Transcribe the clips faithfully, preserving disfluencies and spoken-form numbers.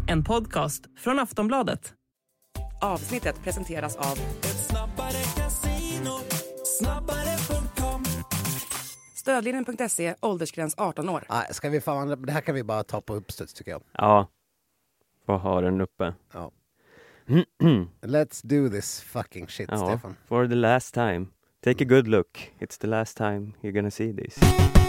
En podcast från Aftonbladet. Avsnittet presenteras av Ett snabbare casino, snabbare punkt com. Stödlinjen punkt se, åldersgräns arton år. Ah, ska vi fan, det här kan vi bara ta på uppstuds tycker jag. Ja, får ha den uppe. Ja. Let's do this fucking shit, Ja, Stefan. for the last time. Take a good look. It's the last time you're gonna see this.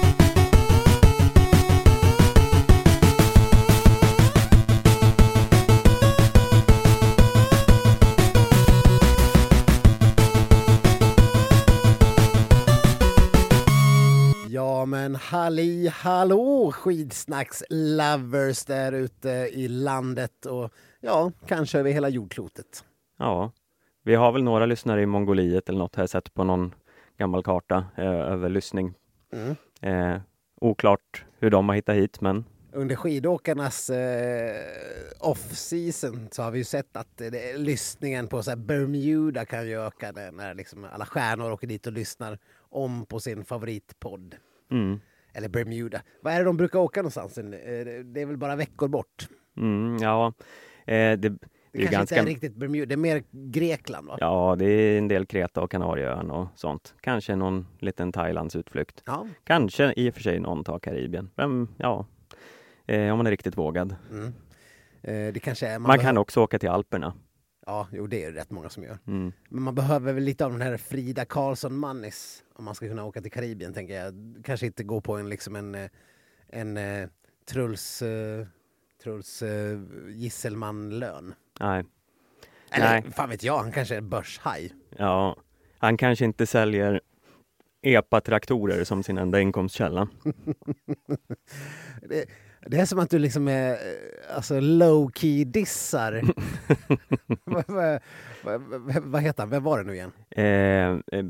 Ja men halli hallå skidsnacks lovers där ute i landet och ja, kanske över hela jordklotet. Ja, vi har väl några lyssnare i Mongoliet eller något här sett på någon gammal karta eh, över lyssning. Mm. Eh, oklart hur de har hittat hit, men Under skidåkarnas eh, off-season så har vi ju sett att det, lyssningen på så här Bermuda kan ju öka när, när liksom alla stjärnor åker dit och lyssnar om på sin favoritpodd. mm, Eller Bermuda. Vad är det de brukar åka någonstans? Eh, Det är väl bara veckor bort. mm, ja, eh, det, det Det är ju kanske ganska... inte är riktigt Bermuda, det är mer Grekland va? Ja, det är en del Kreta och Kanarieön och sånt. Kanske någon liten Thailands utflykt. Ja. Kanske i och för sig någon tar Karibien. Men ja, eh, om man är riktigt vågad. Mm. Eh, det kanske är, man Man behö- kan också åka till Alperna. Ja, jo, det är rätt många som gör. Mm. Men man behöver väl lite av den här Frida Karlsson-mannis om man ska kunna åka till Karibien, tänker jag. Kanske inte gå på en, liksom en, eh, en uh, Truls, uh, Truls uh, Gisselman-lön. Nej. Eller Nej. fan vet jag, han kanske är börshaj. Ja, han kanske inte säljer E P A-traktorer som sin enda inkomstkälla. Det, det är som att du liksom är eh, alltså low-key dissar. vad, vad, vad, vad, vad heter han? Vem var det nu igen? Eh, eh,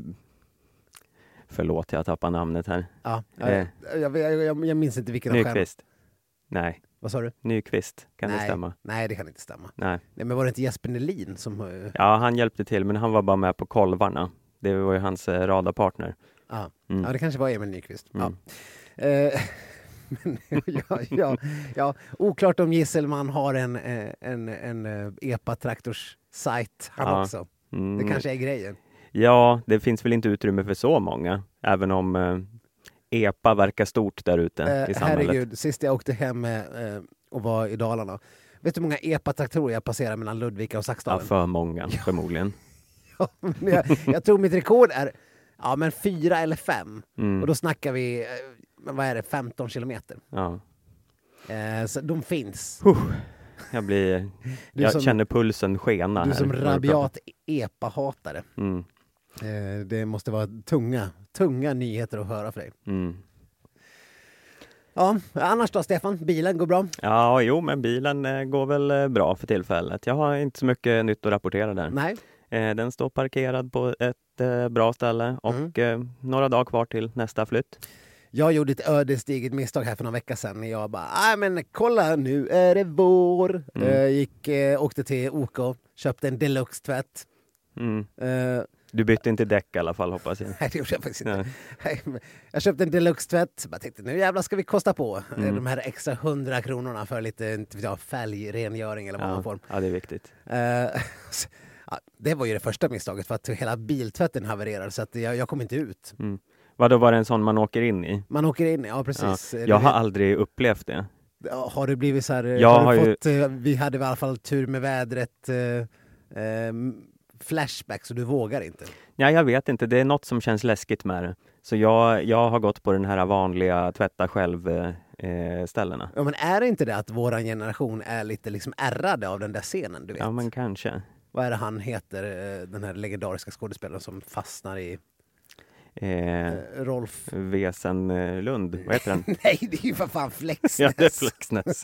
förlåt, jag tappar namnet här. Ja, Eh. jag, jag, jag, jag minns inte vilken av stjärnorna. Nyqvist. Nej, Vad sa du? Nyqvist. Kan nej, det stämma? Nej, det kan inte stämma. Nej. Nej, men var det inte Jesper Nelin som... eh, Ja, han hjälpte till, men han var bara med på kolvarna. Det var ju hans eh, radarpartner. Ja. Mm. ja, det kanske var Emil Nyqvist. Mm. Ja. Eh, men, ja, ja, ja, oklart om Gisselman har en, eh, en, en, en E P A-traktors-sajt han Ja. också. Mm. Det kanske är grejen. Ja, det finns väl inte utrymme för så många. Även om eh, E P A verkar stort där ute Eh, i samhället. herregud, sist jag åkte hem eh, och var i Dalarna. Vet du hur många E P A-traktorer jag passerar mellan Ludvika och Ja, Saxdalen? för många förmodligen. Ja, men jag, jag tror mitt rekord är ja, men fyra eller fem. Mm. Och då snackar vi, eh, men vad är det, femton kilometer. Ja. Eh, så de finns. Jag blir... Du jag som- känner pulsen skena Du här. som när du pratar. rabiat E P A-hatare. Mm. Eh, det måste vara tunga, tunga nyheter att höra för dig. Mm. Ja, annars då Stefan, bilen går bra? Ja, jo, men bilen eh, går väl eh, bra för tillfället. Jag har inte så mycket nytt att rapportera där. Nej. Eh, den står parkerad på ett eh, bra ställe och Mm. eh, några dagar kvar till nästa flytt. Jag gjorde ett ödesdigert misstag här för några veckor sedan. Jag bara, nej men kolla nu är det vår. Mm. Eh, gick, eh, åkte till O K, köpte en deluxe-tvätt. Mm. Eh, Du bytte inte däck i alla fall, hoppas jag. nej, det gjorde jag faktiskt inte. Nej. Nej, men jag köpte en deluxe-tvätt. Bara tänkte, nu jävlar ska vi kosta på eh, Mm. de här extra hundra kronorna för lite inte vet jag, fälgrengöring eller vad man Ja, får. ja, det är viktigt. Eh, ja, det var ju det första misstaget för att hela biltvätten havererade så att jag, jag kom inte ut. Mm. Vadå, var det en sån man åker in i? Man åker in, ja Ja. precis. Eh, Jag det- har aldrig upplevt det. Ja, har det blivit så här, eh, Jag har har du ju- fått, eh, vi hade i alla fall tur med vädret, eh, eh, flashback så du vågar inte. Ja, jag vet inte. Det är något som känns läskigt med det. Så jag, jag har gått på den här vanliga tvätta själv-ställena. Ja, men är det inte det att våran generation är lite liksom ärrade av den där scenen, du vet? Ja, men kanske. Vad är det han heter, eh, den här legendariska skådespelaren som fastnar i Eh, eh, Rolf? Wesenlund, vad heter den? Nej, det är ju för fan Flexnäs. Ja, det är Flexnäs.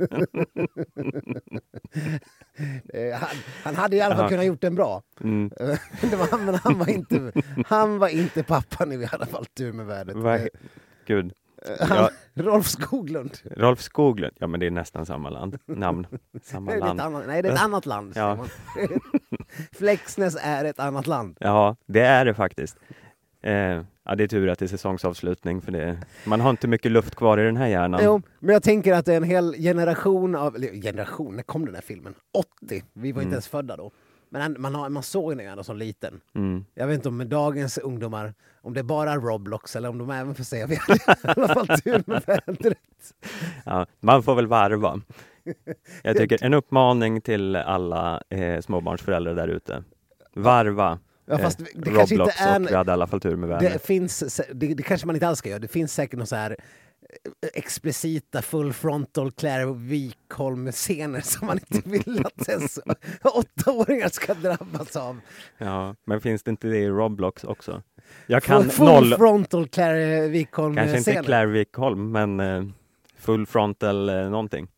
Eh, han, han hade i alla fall Aha. kunnat gjort den bra. Mm. Eh, det var, men han var, inte, han var inte pappan i alla fall tur med vädret. Vad- Eh, Gud. han, Ja. Rolf Skoglund. Rolf Skoglund. Ja, men det är nästan samma land. Namn. Samma Nej, det är ett land. annat, nej, det är ett annat land. Ja. säger man. Flexnäs är ett annat land. Ja, det är det faktiskt. Eh, Ja, det är tur att det är säsongsavslutning för det. Man har inte mycket luft kvar i den här hjärnan. Jo, men jag tänker att det är en hel generation av... Eller, generation, när kom den här filmen? åttio. Vi var Mm. inte ens födda då. Men man, har, man såg den ändå som liten. Mm. Jag vet inte om med dagens ungdomar, om det är bara Roblox eller om de även får se. Vi hade i alla fall tur med vädret. Ja, man får väl varva. Jag tycker en uppmaning till alla eh, småbarnsföräldrar där ute. Varva. Ja, fast eh, det kanske Roblox inte är en- och vi hade i alla fall tur med vädret. Det finns, det, det kanske man inte alls ska göra. Det finns säkert någon så här explicita full frontal Claire Wikholm-scener som man inte vill att ens åttaåringar ska drabbas av. Ja, men finns det inte det i Roblox också? Jag kan Full, full noll... frontal Claire Wikholm-scener. Kanske inte Claire Wikholm, men eh, full frontal eh, någonting.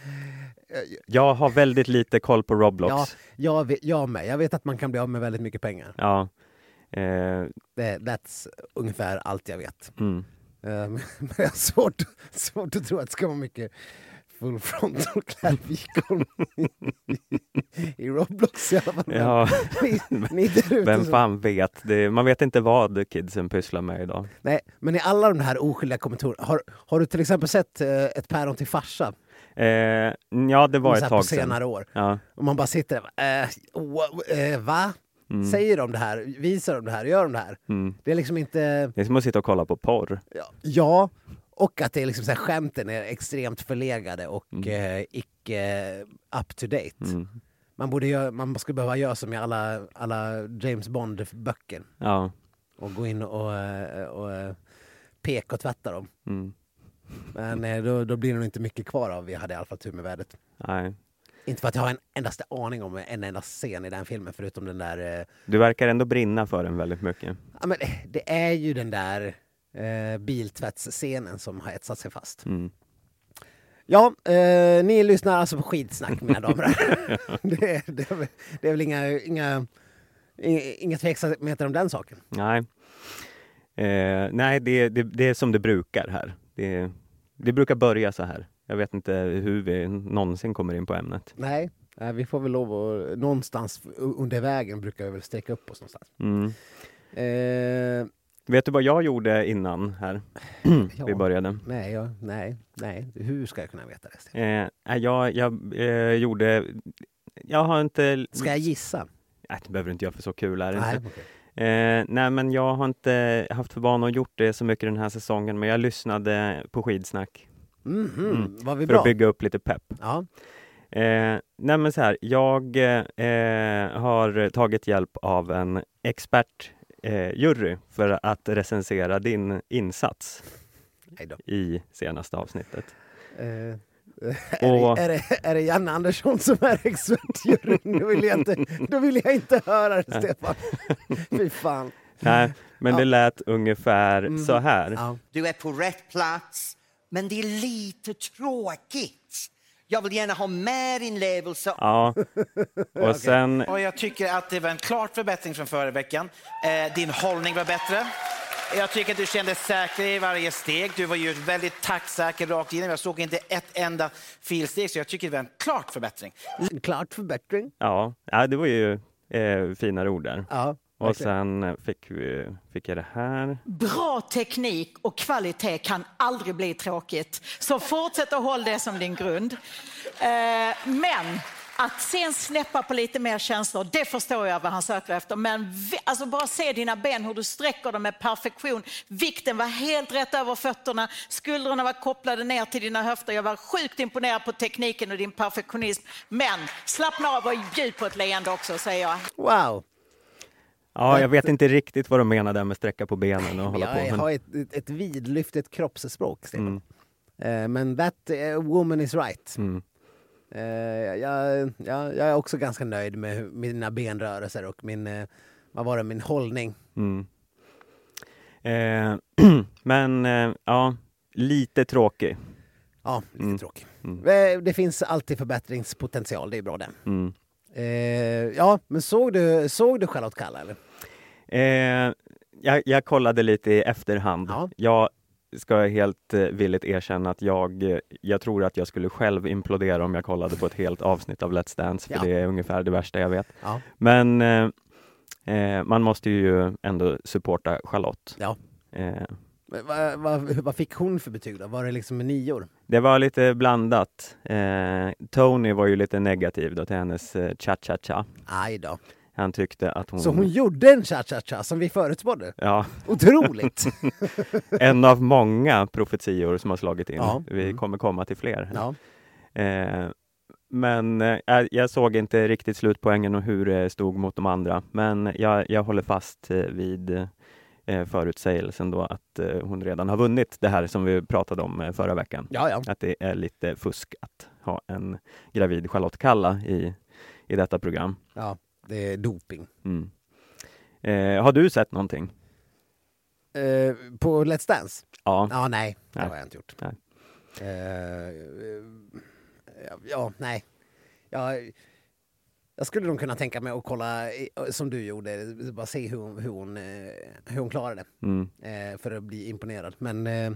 Jag har väldigt lite koll på Roblox. Ja, jag, vet, jag med. Jag vet att man kan bli av med väldigt mycket pengar. Ja. Eh, Det, that's ungefär allt jag vet. mm. Um, men jag har svårt, svårt att tro att det ska vara mycket full frontal Claire Wikholm i, i Roblox i alla fall. Men Ja, Ni, ni där ute vem som- fan vet? Det, man vet inte vad kidsen pysslar med idag. Nej, men i alla de här oskyldiga kommentarerna, har, har du till exempel sett eh, Ett päron till farsa? Eh, ja, det var Så ett här tag på sedan. senare år. Ja. Och man bara sitter där, eh, wa- eh, va? Mm. Säger de det här? Visar de det här? Gör de det här? Mm. Det är liksom inte... Det är som att sitta och kolla på porr. Ja, ja, och att det är liksom så här, skämten är extremt förlegade och Mm. eh, icke up to date. Mm. Man, borde göra, man skulle behöva göra som i alla, alla James Bond-böcker Ja. och gå in och, eh, och eh, peka och tvätta dem. Mm. Men eh, då, då blir det nog inte mycket kvar av Vi hade i alla fall tur med vädret. Nej. Inte för att jag har en endaste aning om en enda scen i den filmen förutom den där... Eh, Du verkar ändå brinna för den väldigt mycket. ja, men det är ju den där eh, biltvättsscenen som har etsat sig fast. Mm. Ja, eh, ni lyssnar alltså på Skidsnack, mina damer och herrar. det, är- det, är väl- det är väl inga, inga, inga, inga tveksamheter om den saken. Nej, eh, nej det, det, det är som det brukar här. Det, det brukar börja så här. Jag vet inte hur vi någonsin kommer in på ämnet. Nej, eh, vi får väl lov att... Någonstans under vägen brukar vi väl sträcka upp oss någonstans. Mm. Eh, Vet du vad jag gjorde innan här? ja, Vi började. nej, ja, nej, nej. Hur ska jag kunna veta det? Stefan? Eh, jag jag eh, gjorde... Jag har inte... Ska jag gissa? Nej, det behöver inte jag för så kul är det Nej, inte. okej. Eh, nej, men jag har inte haft för vana att gjort det så mycket den här säsongen, men jag lyssnade på Skidsnack Mhm, Mm. var vi för bra? att bygga upp lite pepp. Ja. Eh, nej, men så här, jag eh, har tagit hjälp av en expert eh, jury för att recensera din insats Nej då. i senaste avsnittet. Eh, är, Och- det, är, det, är det Janne Andersson som är expertjuryn? Då vill jag inte, då vill jag inte höra det, Stefan. Fy fan. Nej, men Ja. det lät ungefär Mm. så här. Ja. Du är på rätt plats, men det är lite tråkigt. Jag vill gärna ha mer inlevelse. Ja, och sen... Och jag tycker att det var en klart förbättring från förra veckan. Eh, din hållning var bättre. Jag tycker att du kände säker i varje steg. Du var ju väldigt taktsäker rakt igenom. Jag såg inte ett enda filsteg, så jag tycker det var en klart förbättring. Klart förbättring. Ja, ja det var ju eh, fina ord där. Ja, Och verkligen. sen fick, vi, fick jag det här. Bra teknik och kvalitet kan aldrig bli tråkigt. Så fortsätt att hålla det som din grund. Eh, men att sen snäppa på lite mer känslor, det förstår jag vad han söker efter. Men vi, alltså bara se dina ben, hur du sträcker dem med perfektion. Vikten var helt rätt över fötterna. Skulderna var kopplade ner till dina höfter. Jag var sjukt imponerad på tekniken och din perfektionism. Men slappna av och bjud på ett leende också, säger jag. Wow. Ja, jag vet inte riktigt vad de menade med sträcka på benen och hålla på. Jag Men, har ett, ett, ett vidlyftigt kroppsspråk, Stefan. mm, Eh, men that uh, woman is right. mm, Eh, jag, jag, jag är också ganska nöjd med hur- mina benrörelser och min, eh, vad var det, min hållning. mm. Eh, men eh, ja, lite tråkig. Ja, lite Mm. tråkigt. Mm. Eh, Det finns alltid förbättringspotential, det är bra det. Mm. Eh, ja, men såg du, såg du Charlotte Kalla eller? Eh, jag, jag kollade lite i efterhand. Ja. Jag ska helt eh, villigt erkänna att jag, eh, jag tror att jag skulle själv implodera om jag kollade på ett helt avsnitt av Let's Dance, för Ja. det är ungefär det värsta jag vet. Ja. Men eh, eh, man måste ju ändå supporta Charlotte. Ja. Eh, Vad va, va fick hon för betyg då? Var det liksom med nior? det var lite blandat. Eh, Tony var ju lite negativ då till hennes eh, cha-cha-cha. Aj då. Han tyckte att hon... Så hon gjorde en cha-cha-cha som vi förutspådde? Ja. Otroligt! En av många profetior som har slagit in. Ja. Vi Mm. kommer komma till fler. Ja. Eh, men eh, jag såg inte riktigt slutpoängen och hur det stod mot de andra. Men jag, jag håller fast eh, vid eh, förutsägelsen då att eh, hon redan har vunnit det här som vi pratade om eh, förra veckan. Ja, ja. Att det är lite fusk att ha en gravid Charlotte Kalla i, i detta program. Ja, det är doping. Mm. Eh, har du sett någonting? Eh, på Let's Dance? Ja. Ja, nej. Det Nej. har jag inte gjort. Nej. Eh, ja, ja, nej. Ja, jag skulle nog kunna tänka mig att kolla, i- som du gjorde, bara se hur, hon- hur, hon, eh, hur hon klarar det. Mm. Eh, för att bli imponerad. Men eh,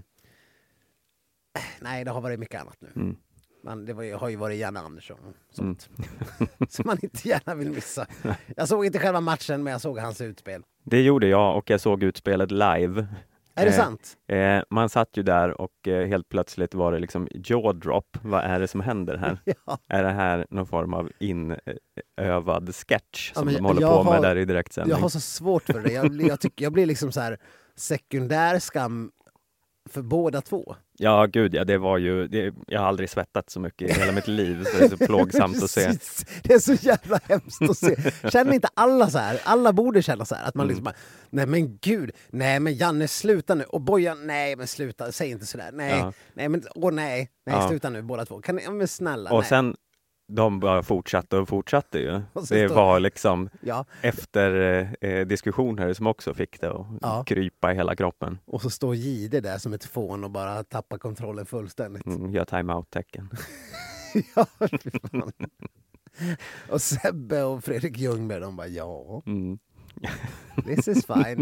nej, det har varit mycket annat nu. Mm. Man, det var, ju- har ju varit Janne Andersson och Mm. sånt. Som man inte gärna vill missa. Jag såg inte själva matchen, men jag såg hans utspel. Det gjorde jag och jag såg utspelet live. Är det Eh, sant? Eh, man satt ju där och eh, helt plötsligt var det liksom jaw drop. Vad är det som händer här? Ja. Är det här någon form av inövad sketch Ja, som men de håller jag på med har- där i direktsändning? Jag har så svårt för det. Jag, blir- jag, tycker, jag blir liksom så här sekundär skam för båda två. Ja, gud ja, det var ju, det, jag har aldrig svettat så mycket i hela mitt liv. Så det är så plågsamt att se. Precis. Det är så jävla hemskt att se. Känner inte alla så här? Alla borde känna så här. Att man Mm. liksom bara, nej men gud, nej men Janne sluta nu. Och Bojan, nej men sluta, säg inte sådär. Nej, Ja. nej men åh nej, nej Ja. sluta nu båda två. Kan ni, ja, men snälla, Och nej. sen, de bara fortsatte och fortsatte ju. Och så Det står- var liksom Ja, efter eh, diskussioner som också fick det att Ja. krypa i hela kroppen. och så står Gide där som ett fån och bara tappar kontrollen fullständigt. Mm, gör time-out-tecken. Ja, fy fan. Och Sebbe och Fredrik Ljungberg, de bara ja, Mm. this is fine.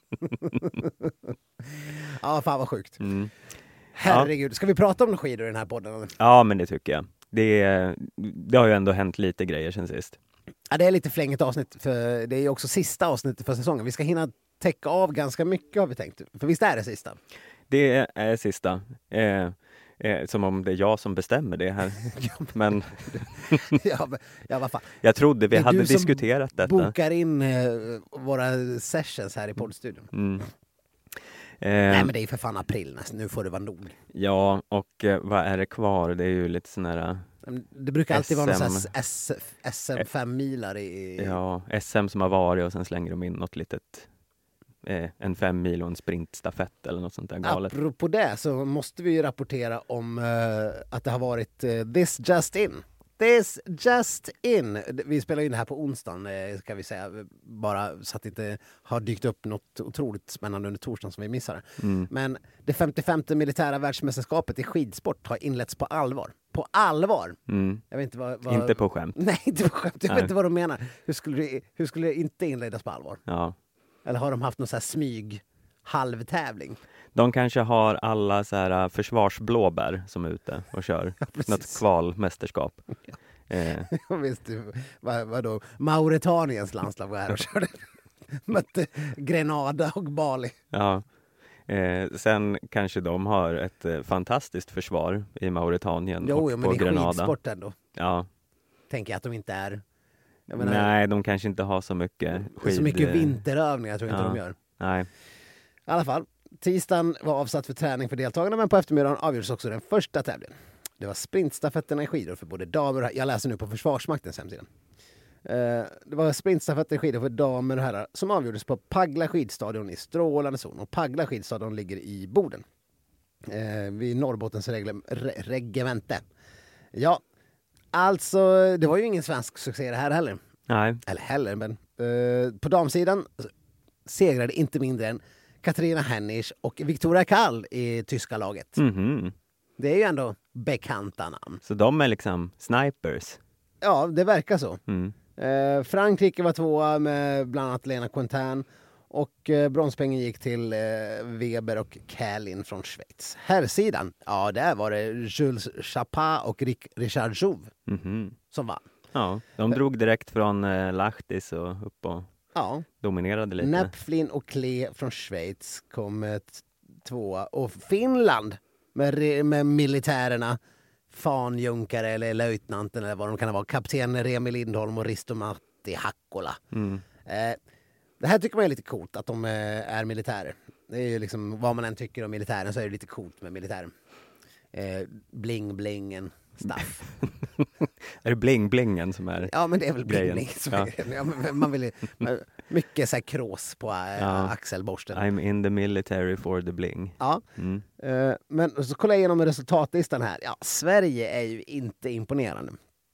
Ja, fan vad sjukt. Mm. Herregud, ska vi prata om skidor i den här podden? eller? Ja, men det tycker jag. Det, är- det har ju ändå hänt lite grejer sen sist. Ja, det är lite flängigt avsnitt, för det är ju också sista avsnittet för säsongen. Vi ska hinna täcka av ganska mycket har vi tänkt. För visst är det sista? Det är sista. Eh, eh, som om det är jag som bestämmer det här. Men ja, men, ja, vad fan. jag trodde vi Det är hade du som diskuterat detta. Bokar in eh, våra sessions här i poddstudion. Mm. Nej, Eh, men det är ju för fan april nästan. Nu får det vara nog. ja, och eh, vad är det kvar? Det är ju lite sån här, Det brukar alltid vara någon S M. sån här S- S M fem-milare i... ja, S M som har varit och sen slänger de in något litet, eh, en fem mil och en sprintstafett eller något sånt där galet. Apropå det så måste vi ju rapportera om eh, att det har varit eh, This Just In. This Just In. Vi spelar in det här på onsdagen, eh, ska vi säga. Bara så att det inte har dykt upp något otroligt spännande under torsdagen som vi missar. Mm. Men det femtiofemte militära världsmästerskapet i skidsport har inletts på allvar. På allvar! Mm. Jag vet inte vad... vad... Inte på skämt. Nej, inte på skämt. Jag Nej. vet inte vad de menar. Hur skulle det, hur skulle det inte inledas på allvar? Ja. Eller har de haft någon så här smyg halvtävling? De kanske har alla så här uh, försvarsblåbär som är ute och kör. precis. Något kvalmästerskap. Eh, Jag visste ju, vad, vadå, Mauretaniens landslag var här och körde. Mötte Grenada och Bali. ja. eh, sen kanske de har ett eh, fantastiskt försvar i Mauritanien Jo, och jo, men på det är Grenada. skidsport ändå. Ja. Tänker jag att de inte är. Jag menar, Nej, de kanske inte har så mycket skid... så mycket vinterövningar tror jag inte Ja. de gör. Nej. I alla fall, tisdagen var avsatt för träning för deltagarna, men på eftermiddagen avgjordes också den första tävlingen. Det var sprintstafetterna i skidor för både damer och herrar. Jag läser nu på Försvarsmaktens hemsida. Eh, Det var sprintstafetter i skidor för damer och herrar som avgjordes på Pagla skidstadion i strålande sol. Och Pagla skidstadion ligger i Boden. Eh, vid Norrbottens regle- re- regemente. Ja, alltså det var ju ingen svensk succé det här heller. Nej. Eller heller, men eh, på damsidan segrade inte mindre än Katarina Hennisch och Victoria Kall i tyska laget. Mhm. Det är ju ändå bekanta namn. Så de är liksom snipers. Ja, det verkar så. Mm. Eh, Frankrike var tvåa med bland annat Lena Quintin och eh, bronspengen gick till eh, Weber och Kälin från Schweiz. Herrsidan, ja där var det Jules Chapin och Rick, Richard Jouve Mhm. som vann. Ja, de drog direkt från eh, Lahtis och upp och... Ja. dominerade lite. Näpflin och Klee från Schweiz kom eh, t- tvåa. Och Finland med, re- med militärerna. Fanjunkare eller löjtnanten eller vad de kan vara. Kapten Remi Lindholm och Risto Matti Hakkola. Mm. Eh, det här tycker man är lite coolt att de eh, är militärer. Det är ju liksom, vad man än tycker om militären så är det lite coolt med militären. Eh, bling blingen staff. Är det bling-blingen som är Ja, men det är väl grejen? bling som Ja. är ja, men man vill man, mycket så här krås på äh, Ja. axelborsten. I'm in the military for the bling. Ja, Mm. eh, men så kollar jag igenom resultatlistan här. Ja, Sverige är ju inte imponerande.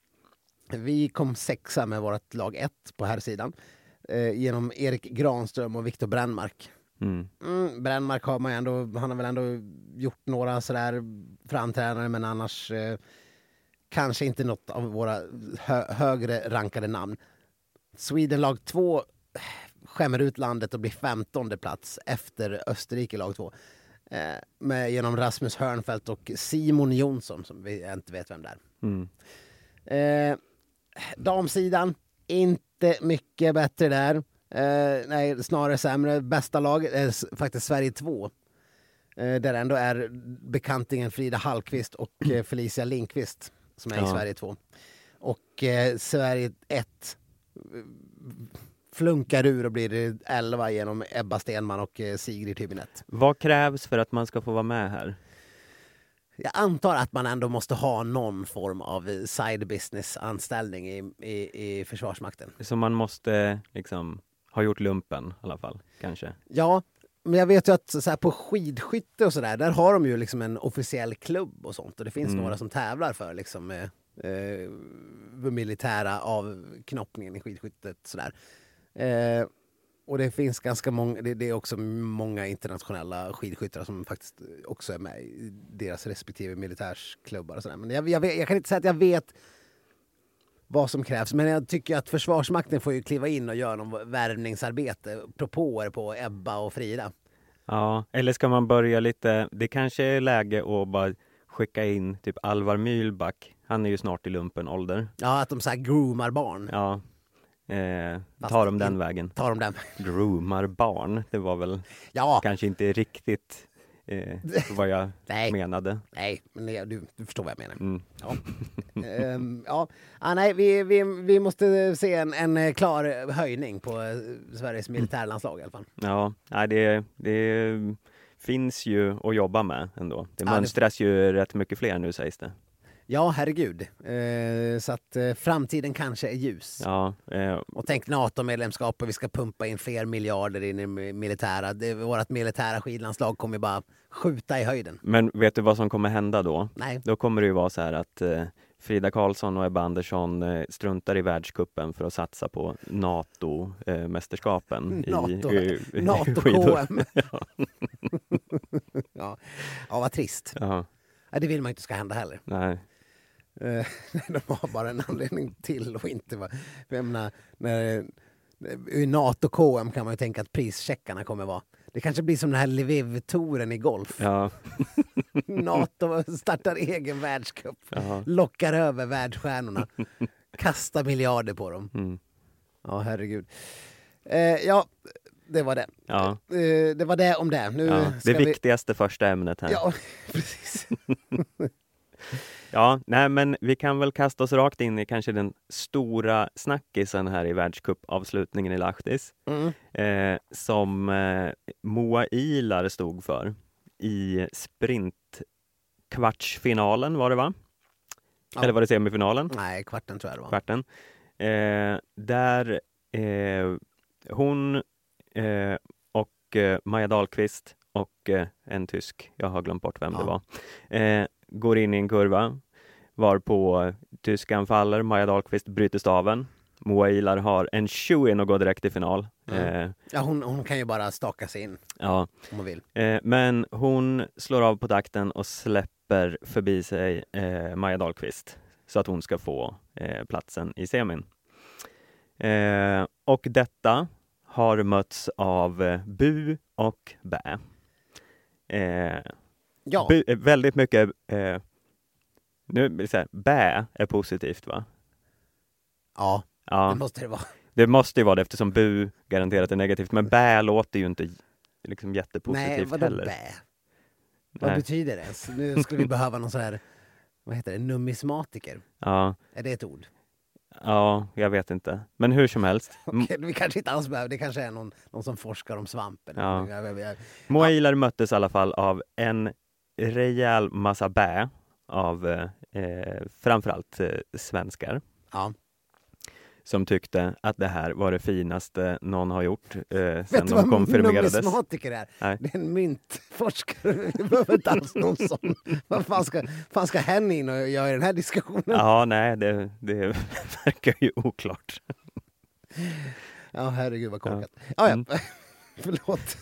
Vi kom sexa med vårt lag ett på här sidan eh, genom Erik Granström och Viktor Brännmark. Mm. Mm, Brännmark har man ju ändå, han har väl ändå gjort några sådär framträdanden, men annars eh, kanske inte något av våra hö- högre rankade namn. Sweden lag två skämmer ut landet och blir femtonde plats efter Österrike lag två. Eh, med, genom Rasmus Hörnfeldt och Simon Jonsson som vi inte vet vem det är. Mm. Eh, damsidan, inte mycket bättre där. Eh, nej, snarare sämre. Bästa laget är s- faktiskt Sverige två. Eh, där ändå är bekantingen Frida Hallqvist och eh, Felicia Lindqvist som är i Ja. Sverige två. Och eh, Sverige ett flunkar ur och blir elva genom Ebba Stenman och eh, Sigrid Hübinette. Vad krävs för att man ska få vara med här? Jag antar att man ändå måste ha någon form av side business-anställning i, i, i Försvarsmakten. Så man måste liksom ha gjort lumpen i alla fall, kanske. Ja, men jag vet ju att så här, på skidskytte och sådär, där har de ju liksom en officiell klubb och sånt. Och det finns Mm. några som tävlar för liksom eh, eh, militära avknoppningen i skidskyttet sådär. Eh, och det finns ganska många, det, det är också många internationella skidskyttar som faktiskt också är med i deras respektive militärsklubbar och sådär. Men jag, jag, vet, jag kan inte säga att jag vet vad som krävs, men jag tycker att Försvarsmakten får ju kliva in och göra någon värvningsarbete, propåer på Ebba och Frida. Ja, eller ska man börja lite, det kanske är läge att bara skicka in typ Alvar Mühlback. Han är ju snart i lumpen ålder. Ja, att de så här groomar barn. Ja, eh, Fast tar de den in- vägen. Tar de den? Groomar barn, det var väl Ja, kanske inte riktigt eh, vad jag nej, menade. nej, men det, du, du förstår vad jag menar. Mm. Ja. Ehm, ja. Ah, nej, vi, vi, vi måste se en, en klar höjning på eh, Sveriges militärlandslag i alla fall. Ja, nej, det, det finns ju att jobba med ändå. Det Ja, det- mönstras ju rätt mycket fler nu, sägs det. Ja, herregud. Eh, så att eh, framtiden kanske är ljus. Ja, eh, Och tänk NATO-medlemskap och vi ska pumpa in fler miljarder in i det militära. Det, vårt militära skidlandslag kommer bara skjuta i höjden. men vet du vad som kommer hända då? Nej. Då kommer det ju vara så här att eh, Frida Karlsson och Ebba Andersson eh, struntar i världscupen för att satsa på NATO-mästerskapen NATO, i, i, i NATO-K skidor. M. ja. Ja, vad trist. Ja, Ja, det vill man inte ska hända heller. nej. Eh, De har bara en anledning till och inte vara... För jag menar, när, i NATO-K M kan man ju tänka att prischeckarna kommer vara. Det kanske blir som den här Lviv-touren i golf. Ja, NATO startar egen världscup. ja. Lockar över världsstjärnorna. Kastar miljarder på dem. Mm. Ja, herregud. Eh, ja, det var det. Ja. Eh, det var det om det. Nu Ja, ska det vi... viktigaste första ämnet här. Ja, precis. Ja, nej, men vi kan väl kasta oss rakt in i kanske den stora snackisen här i världscupavslutningen i Lahtis. Mm. Eh, som eh, Moa Ilar stod för i sprintkvartsfinalen, var det va? Ja. Eller var det semifinalen? Nej, kvarten tror jag det var. Kvarten. Eh, där eh, hon eh, och eh, Maja Dahlqvist och eh, en tysk, jag har glömt bort vem Ja. det var, eh, går in i en kurva varpå eh, tyskan faller, Maja Dahlqvist bryter staven. Moa Ilar har en shoe-in och går direkt till final. Mm. Eh, Ja, hon, hon kan ju bara staka sig in ja. om hon vill. Eh, men hon slår av på takten och släpper förbi sig eh, Maja Dahlqvist så att hon ska få eh, platsen i semin. Eh, och detta har mötts av eh, bu och bä. Eh, Ja, bu, eh, väldigt mycket eh, nu vill jag säga, bä är positivt, va? ja det Ja, måste det vara. Det måste ju vara det eftersom bu garanterat är negativt. Men bä låter ju inte liksom jättepositivt Nej, vadå heller. bä? Vad Nej. betyder det? Nu skulle vi behöva någon sån här, vad heter det, numismatiker. Ja, Är det ett ord? ja, jag vet inte. Men hur som helst. M- Okej, vi kanske inte alls behöver, det kanske är någon, någon som forskar om svampen. Ja. Jag- jag- jag- Moailar möttes i alla fall av en rejäl massa bä av eh, framförallt eh, svenskar. Ja. Som tyckte att det här var det finaste någon har gjort eh, Vet sen du de vad konfirmerades. numismatiker är? Nej. Det är en myntforskare. Vi behöver inte alls någon sån. Vad fan ska, fan ska hen in och göra i den här diskussionen? Ja, nej, det, det verkar ju oklart. Ja, herregud vad korkat. Ja, ja. Mm. Förlåt.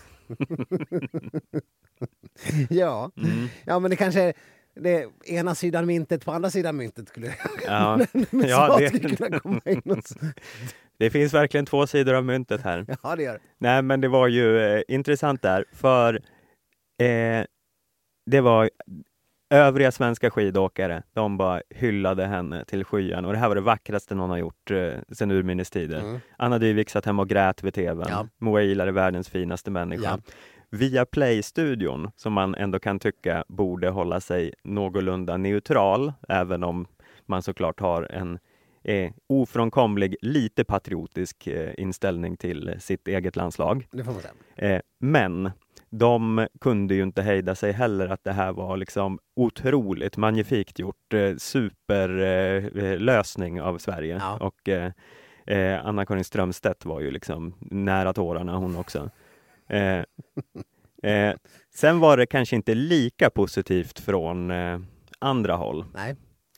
ja. Mm. ja, men det kanske är det ena sidan myntet på andra sidan myntet skulle Ja, men ja så det, skulle kunna komma in och så. det finns verkligen två sidor av myntet här. Ja, det gör det. Nej, men det var ju eh, intressant där, för eh, det var övriga svenska skidåkare, de bara hyllade henne till skyan och det här var det vackraste någon har gjort eh, sedan urminnes tider. Mm. Anna Dyvik satt hemma och grät vid tvn. Ja. Moailar är världens finaste människa. Ja. Via Play-studion, som man ändå kan tycka borde hålla sig någorlunda neutral, även om man såklart har en eh, ofrånkomlig, lite patriotisk eh, inställning till sitt eget landslag. Det får man säga. Eh, men de kunde ju inte hejda sig heller att det här var liksom otroligt magnifikt gjort, eh, superlösning eh, lösning av Sverige. Ja. Och eh, eh, Anna-Karin Strömstedt var ju liksom nära tårarna hon också. Eh, eh, sen var det kanske inte lika positivt från eh, andra håll. Nej.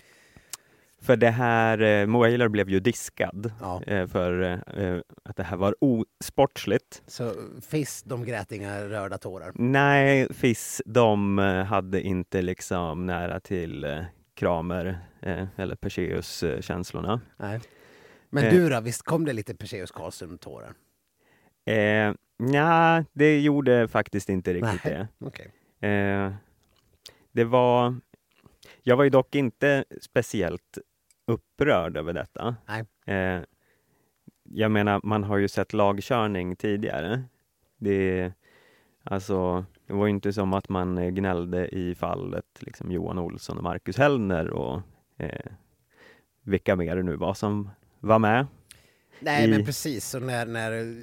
För det här, eh, Moailar blev ju diskad Ja. eh, för eh, att det här var osportsligt. Så Fiss, de grät inga röda tårar. Nej, Fiss, de eh, hade inte liksom nära till eh, Kramer eh, eller Perseus-känslorna. Nej. Men Eh. du då, visst kom det lite Perseus Karlsson-tårar? Eh, nej, det gjorde faktiskt inte riktigt Nej. det. Okej. Eh, det var... Jag var ju dock inte speciellt upprörd över detta. Nej. Eh, jag menar, man har ju sett lagkörning tidigare. Det, alltså, det var ju inte som att man gnällde i fallet liksom Johan Olsson och Marcus Hellner och eh, vilka mer det nu var som var med. Nej, I- men precis. Och när, när,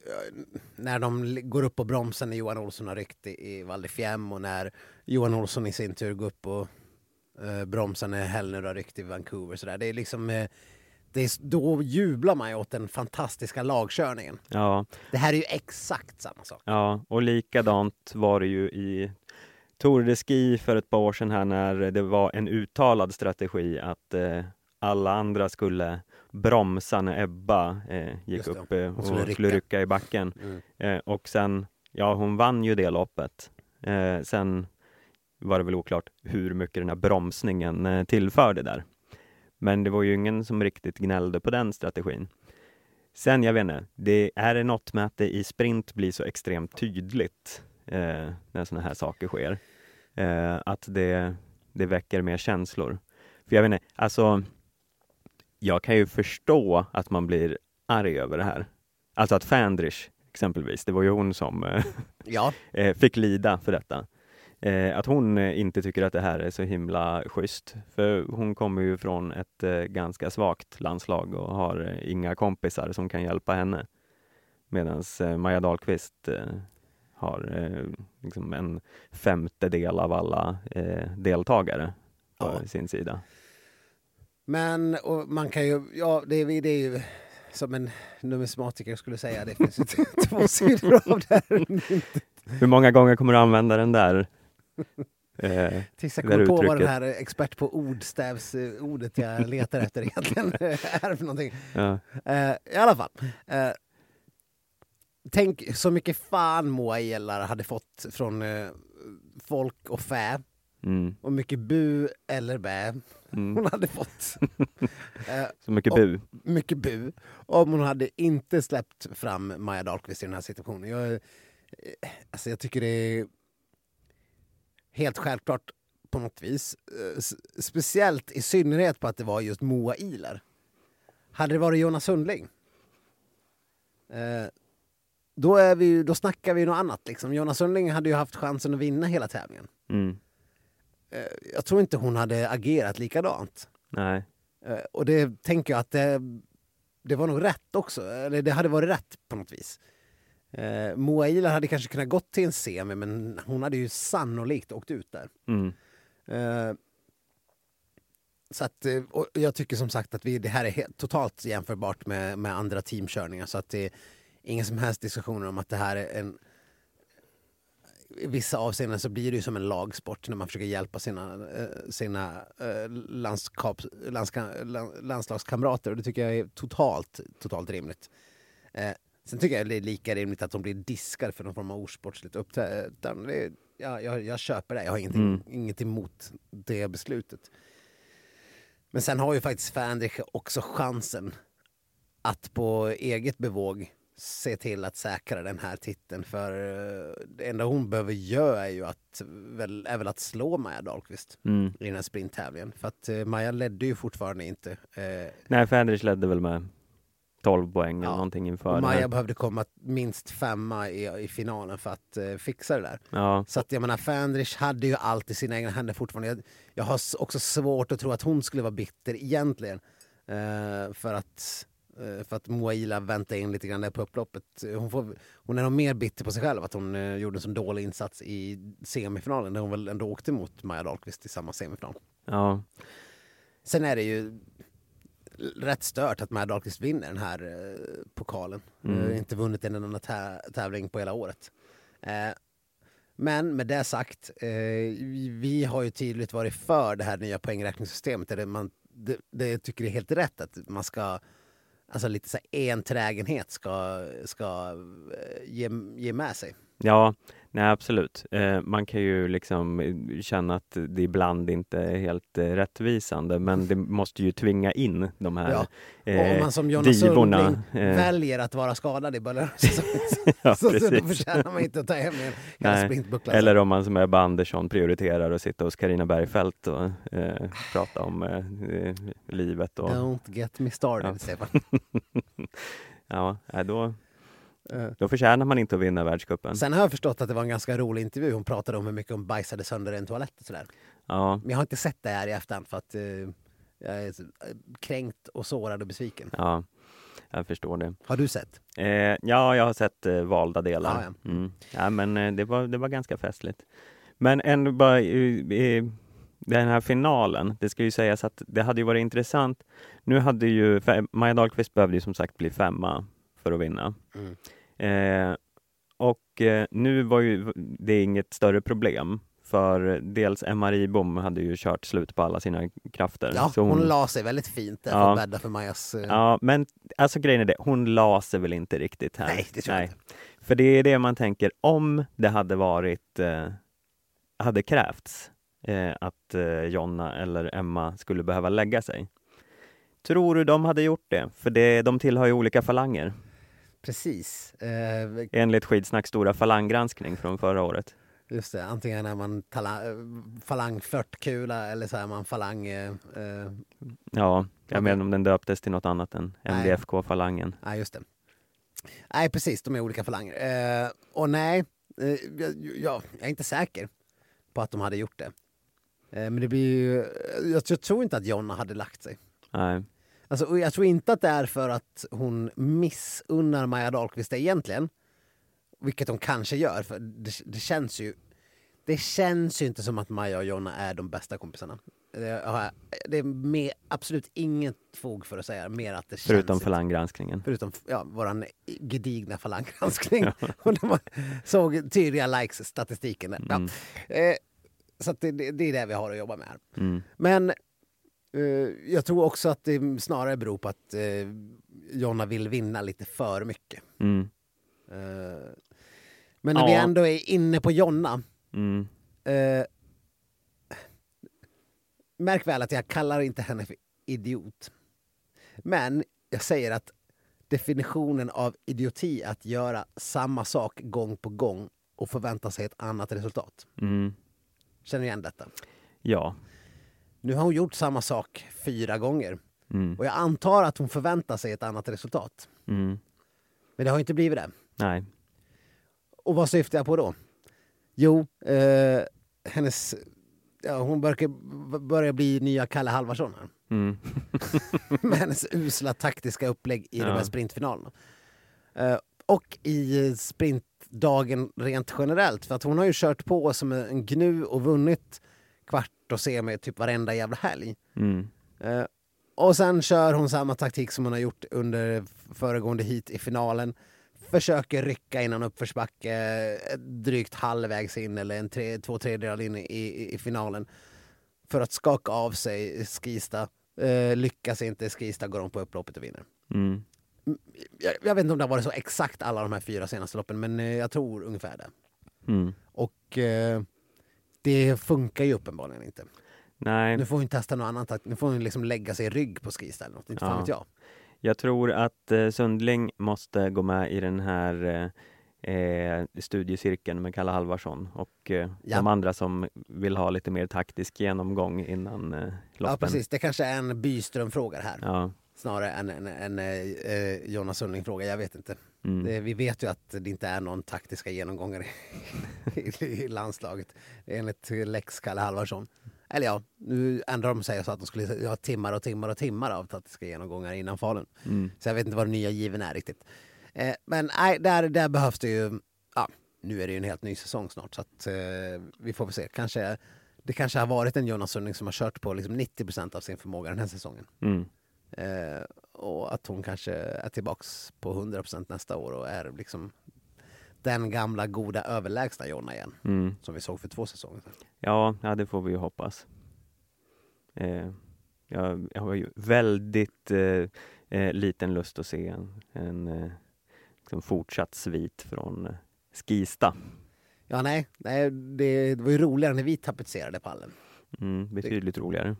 när de går upp och bromsar när Johan Olsson har ryckt i, i Val di Fiemme och när Johan Olsson i sin tur går upp och eh, bromsar när Hellner har ryckt i Vancouver. Så där. Det är liksom, eh, det är, då jublar man ju åt den fantastiska lagkörningen. Ja, Det här är ju exakt samma sak. ja, och likadant var det ju i Tour de Ski för ett par år sedan här när det var en uttalad strategi att eh, alla andra skulle bromsa när Ebba eh, gick Just det. upp eh, Hon och skulle skulle rycka. rycka i backen. Mm. Eh, och sen, ja hon vann ju det loppet. Eh, sen var det väl oklart hur mycket den här bromsningen eh, tillförde där. Men det var ju ingen som riktigt gnällde på den strategin. Sen, jag vet inte, det är det något med att det i sprint blir så extremt tydligt eh, när såna här saker sker. Eh, att det, det väcker mer känslor. För jag vet inte, alltså jag kan ju förstå att man blir arg över det här. Alltså att Fandrich exempelvis, det var ju hon som eh, Ja, eh, fick lida för detta. Eh, att hon eh, inte tycker att det här är så himla schysst. För hon kommer ju från ett eh, ganska svagt landslag och har eh, inga kompisar som kan hjälpa henne. Medan eh, Maja Dahlqvist eh, har eh, liksom en femtedel av alla eh, deltagare på Ja. sin sida. men och man kan ju, ja det är, det är ju som en numismatiker skulle säga, det finns ju två sidor av det här. Hur många gånger kommer du använda den där? Eh, Tills jag det där kommer på vad den uttrycket. här expert på ordstävsordet jag letar efter egentligen är för någonting. ja. Eh, I alla fall. Eh, tänk så mycket fan Moailar hade fått från eh, folk och fä. Mm, Och mycket bu eller bä mm. hon hade fått. Eh, Så mycket Och- bu. mycket bu. Om hon hade inte släppt fram Maja Dahlqvist i den här situationen. Jag, eh, alltså jag tycker det är helt självklart på något vis. Eh, s- speciellt i synnerhet på att det var just Moailar. Hade det varit Jonas Sundling Eh, då, är vi, ju- då snackar vi något annat. Liksom. Jonna Sundling hade ju haft chansen att vinna hela tävlingen. Mm. Eh, jag tror inte hon hade agerat likadant. Nej. Eh, och det tänker jag att det, det var nog rätt också. Eller det hade varit rätt på något vis. Eh, Moa Ilar hade kanske kunnat gått till en semi, men hon hade ju sannolikt åkt ut där. Mm. Eh, så att, eh, och jag tycker som sagt att vi, det här är helt, totalt jämförbart med, med andra teamkörningar. Så att det är ingen som helst diskussioner om att det här är en... I vissa avseenden så blir det ju som en lagsport när man försöker hjälpa sina, eh, sina eh, landskap, landska, land, landslagskamrater. Och det tycker jag är totalt, totalt rimligt. Eh, sen tycker jag det är lika rimligt att de blir diskade för någon form av osportsligt uppträdande. Ja, jag, jag köper det. Jag har ingenting, Mm. inget emot det beslutet. Men sen har ju faktiskt Fändrich också chansen att på eget bevåg se till att säkra den här titeln. För eh, det enda hon behöver göra är ju att, väl, är väl att slå Maja Dahlqvist Mm. i den här sprinttävlingen. För att eh, Maja ledde ju fortfarande inte. Eh, Nej, Fändrich ledde väl med tolv poäng eller Ja. någonting inför och det Maja här. behövde komma minst femma i, i finalen för att eh, fixa det där. Ja. Så att jag menar, Fändrich hade ju allt i sina egna händer fortfarande. Jag, jag har s- också svårt att tro att hon skulle vara bitter egentligen. Eh, för att eh, för att Moa Ilar väntade in lite grann där på upploppet. Hon, får, hon är nog mer bitter på sig själv att hon eh, gjorde en så dålig insats i semifinalen där hon väl ändå åkte mot Maja Dahlqvist i samma semifinal. Ja. Sen är det ju rätt stört att Maja Dahlqvist vinner den här eh, pokalen. Mm. Eh, inte vunnit en enda tä- tävling på hela året. Eh, men med det sagt, eh, vi, vi har ju tydligt varit för det här nya poängräkningssystemet. Där det, man, det, det jag tycker det är helt rätt att man ska, alltså lite så här enträgenhet ska, ska eh, ge, ge med sig. Ja, nej absolut. Eh, man kan ju liksom eh, känna att det ibland inte är helt eh, rättvisande, men det måste ju tvinga in de här Ja. eh, Och om man som Jonna divorna. Sundling eh, väljer att vara skadad i början av säsongen, Ja, så, så precis. då förtjänar man inte att ta hem en Nej, sprintbuckla. eller om man som Ebba Andersson prioriterar att sitta hos Carina Bergfeldt och eh, prata om eh, eh, livet. Och, Don't get me started, Ja. Stefan. ja, nej, då, Eh, då förtjänar man inte att vinna världscupen. Sen har jag förstått att det var en ganska rolig intervju. Hon pratade om hur mycket hon bajsade sönder en toalett och sådär. Ja, Men jag har inte sett det här i efterhand för att eh, jag är så, eh, kränkt och sårad och besviken. ja, jag förstår det. Har du sett? Eh, ja, jag har sett eh, valda delar. Ja, ja. Mm. Ja, men eh, det var, det var ganska festligt. Men ändå bara i, i den här finalen, det ska ju sägas att det hade ju varit intressant. Nu hade ju, för Maja Dahlqvist behövde ju som sagt bli femma för att vinna. Mm. Eh, och eh, nu var ju det inget större problem. För dels Emma Ribom hade ju kört slut på alla sina krafter. Ja, Så hon, la sig väldigt fint där för Ja. att bädda för Majas... Eh, Ja, men alltså grejen är det, hon la sig väl inte riktigt här. Nej, det tror jag inte. För det är det man tänker, om det hade varit, eh, hade krävts eh, att eh, Jonna eller Emma skulle behöva lägga sig. Tror du de hade gjort det? För det, de tillhör ju olika falanger. Precis. Eh, Enligt Skidsnacks stora falanggranskning från förra året. just det, antingen är man tala, eh, falang fyrtiokula eller så är man falang... Eh, eh, Ja, jag Okej. menar om den döptes till något annat än M D F K-falangen. nej, just det. Nej, precis, de är olika falanger. Eh, och nej, eh, jag, jag, jag är inte säker på att de hade gjort det. Eh, men det blir ju... Jag, jag tror inte att Jonna hade lagt sig. Nej. Alltså, och jag tror inte att det är för att hon missunnar Maja Dahlqvist det egentligen. Vilket hon kanske gör, för det, det känns ju... Det känns ju inte som att Maja och Jonna är de bästa kompisarna. Det, har- det är med, absolut inget fog för att säga mer att det känns... Förutom inte. falanggranskningen. Förutom ja, våran gedigna falanggranskning. Och där man såg tydliga likes-statistiken där. Mm. Ja. Eh, så att det, det, det är det vi har att jobba med här. Mm. Men eh, jag tror också att det snarare beror på att eh, Jonna vill vinna lite för mycket. Mm. Eh, men när Ja. vi ändå är inne på Jonna. Mm. Eh, märk väl att jag kallar inte henne för idiot. Men jag säger att definitionen av idioti är att göra samma sak gång på gång och förvänta sig ett annat resultat. Mm. Känner du igen detta? Ja. Nu har hon gjort samma sak fyra gånger. Mm. Och jag antar att hon förväntar sig ett annat resultat. Mm. Men det har inte blivit det. Nej. Och vad syftar jag på då? Jo, eh, hennes... Ja, hon börjar, börjar bli nya Kalle Halvarsson här. Mm. Med hennes usla taktiska upplägg i Ja. de här sprintfinalerna. Eh, och i sprintdagen rent generellt. För att hon har ju kört på som en gnu och vunnit kvart och semi typ varenda jävla helg. Mm. Eh, och sen kör hon samma taktik som hon har gjort under föregående hit i finalen. Försöker rycka innan uppförsbacke drygt halvvägs in eller en tre, två tredjedelar in i, i, i finalen. För att skaka av sig Skista. Eh, lyckas inte, Skista går om på upploppet och vinner. Mm. Jag, jag vet inte om det har varit så exakt alla de här fyra senaste loppen, men eh, jag tror ungefär det. Mm. Och eh, det funkar ju uppenbarligen inte. Nej. Nu får hon testa något annat. Nu får hon liksom lägga sig i rygg på Skista eller något. Inte fan Ja. vet jag. Jag tror att eh, Sundling måste gå med i den här eh, eh, studiecirkeln med Kalle Halvarsson och eh, Ja. de andra som vill ha lite mer taktisk genomgång innan eh, loppen. Ja, precis. Det kanske är en Byström-fråga här. Ja. Snarare än en, en, en eh, Jonas Sundling-fråga. Jag vet inte. Mm. Det, vi vet ju att det inte är någon taktiska genomgångar i, i, i landslaget. Enligt Lex Kalle Halvarsson. Eller ja, nu ändrar de sig så att de skulle ha timmar och timmar och timmar av taktiska genomgångar innan Falun. Mm. Så jag vet inte vad den nya given är riktigt. Eh, men nej, där, där behövs det ju... Ja, nu är det ju en helt ny säsong snart. Så att eh, vi får väl se. Kanske, det kanske har varit en Jonas Sundling som har kört på liksom nittio procent av sin förmåga den här säsongen. Mm. Eh, och att hon kanske är tillbaks på hundra procent nästa år och är liksom den gamla goda överlägsna Jonna igen. Mm. Som vi såg för två säsonger sedan. Ja, ja, det får vi ju hoppas. Eh, jag, jag har ju väldigt eh, eh, liten lust att se en, en eh, liksom fortsatt svit från eh, Skista. Ja, nej, nej det, det var ju roligare när vi tapetserade pallen. Mm, betydligt roligare.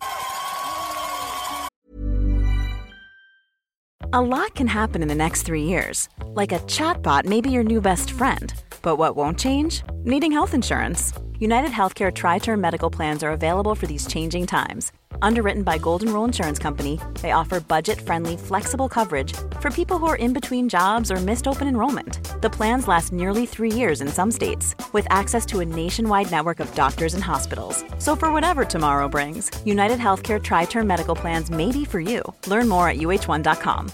A lot can happen in the next three years. Like a chatbot may be your new best friend. But what won't change? Needing health insurance. United Healthcare Tri-Term Medical Plans are available for these changing times. Underwritten by Golden Rule Insurance Company, they offer budget-friendly, flexible coverage for people who are in between jobs or missed open enrollment. The plans last nearly three years in some states, with access to a nationwide network of doctors and hospitals. So for whatever tomorrow brings, United Healthcare Tri-Term Medical Plans may be for you. Learn more at u h one dot com.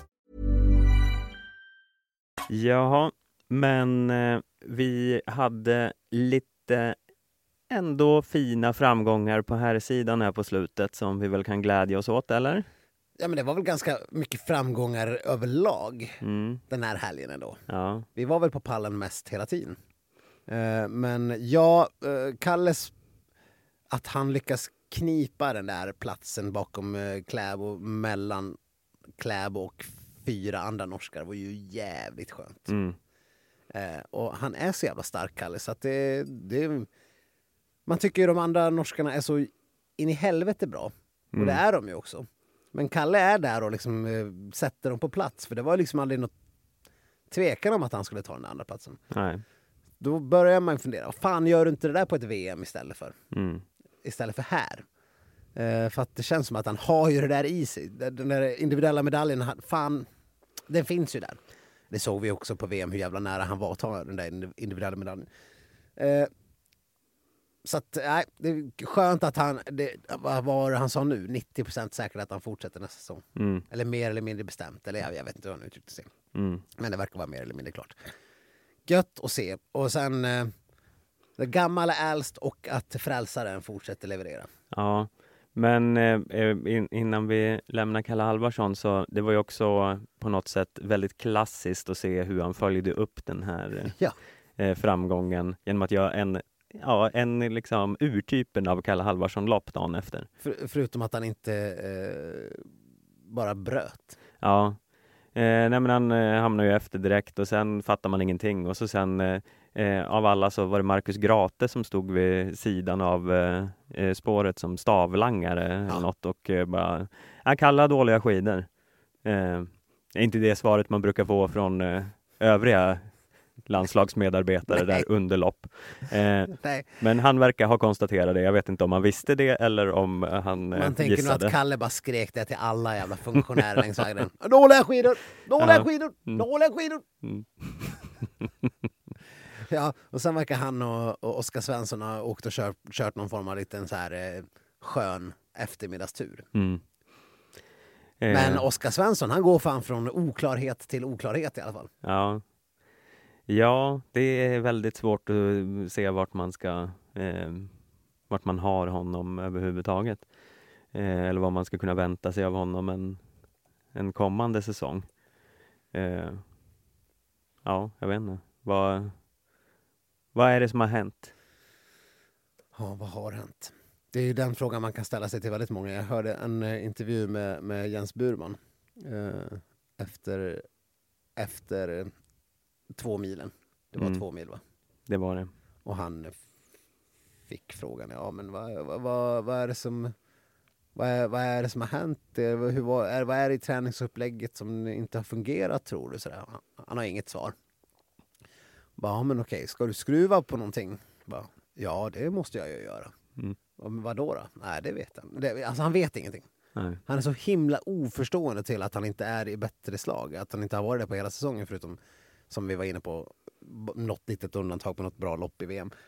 Jaha, men eh, vi hade lite ändå fina framgångar på här sidan här på slutet som vi väl kan glädja oss åt, eller? Ja, men det var väl ganska mycket framgångar överlag Mm. den här helgen ändå. Ja. Vi var väl på pallen mest hela tiden. Eh, men ja, eh, Kalles, att han lyckas knipa den där platsen bakom eh, Kläbo, mellan Kläbo och fyra andra norskar var ju jävligt skönt. Mm. Eh, och han är så jävla stark, Kalle, så att det, det man tycker ju de andra norskarna är så in i helvete bra. Mm. Och det är de ju också. Men Kalle är där och liksom eh, sätter dem på plats. För det var liksom aldrig något tvekan om att han skulle ta den andra platsen. Nej. Då börjar man fundera, vad fan gör du inte det där på ett V M istället för? Mm. Istället för här. Eh, för att det känns som att han har ju det där i sig. Den där individuella medaljen, han- fan, den finns ju där. Det såg vi också på V M hur jävla nära han var att ta den där individuella medaljen. Eh, så att, nej, det är skönt att han, det, vad var det han sa nu? nittio procent säkert att han fortsätter nästa säsong. Mm. Eller mer eller mindre bestämt. Eller jag, jag vet inte hur han uttryckte sig. Mm. Men det verkar vara mer eller mindre klart. Gött att se. Och sen eh, det gamla är äldst och att frälsaren fortsätter leverera. Ja, men eh, in, innan vi lämnar Kalle Halvarsson så det var ju också på något sätt väldigt klassiskt att se hur han följde upp den här Ja. eh, framgången genom att göra en, ja, en liksom urtypen av Kalle Halvarsson-lopp dagen efter. För, förutom att han inte eh, bara bröt. Ja, eh, nej men han eh, hamnade ju efter direkt och sen fattar man ingenting och så sen eh, eh, av alla så var det Marcus Grate som stod vid sidan av eh, eh, spåret som stavlangare eller något och eh, bara, ja, Kalle dåliga skidor. Eh, är inte det svaret man brukar få från eh, övriga landslagsmedarbetare där under lopp. Eh, Nej. men han verkar ha konstaterat det. Jag vet inte om han visste det eller om han eh, Man tänker gissade. nog att Kalle bara skrek det till alla jävla funktionärer längs vägen. Dåliga skidor! Dåliga Ja. skidor! Mm. Dåliga skidor! Mm. Ja, och sen verkar han och, och Oskar Svensson ha åkt och kört, kört någon form av liten så här eh, skön eftermiddagstur. Mm. Eh, Men Oskar Svensson, han går fan från oklarhet till oklarhet i alla fall. Ja. Ja, det är väldigt svårt att se vart man ska eh, vart man har honom överhuvudtaget. Eh, eller vad man ska kunna vänta sig av honom en, en kommande säsong. Eh, ja, jag vet inte. Vad, vad är det som har hänt? Ja, vad har hänt? Det är ju den frågan man kan ställa sig till väldigt många. Jag hörde en eh, intervju med, med Jens Burman eh, efter, efter två milen. Det var Mm. två mil, va? Det var det. Och han fick frågan, ja men vad, vad, vad, vad är det som vad är, vad är det som har hänt? Hur, vad, är, vad är det i träningsupplägget som inte har fungerat, tror du? Sådär. Han har inget svar. Bara, ja, men okej, ska du skruva på någonting? Bara, ja, det måste jag ju göra. Mm. Ja, men vadå då? Nej, det vet han. Det, alltså han vet ingenting. Nej. Han är så himla oförstående till att han inte är i bättre slag. Att han inte har varit det på hela säsongen, förutom, som vi var inne på, något litet undantag på något bra lopp i V M.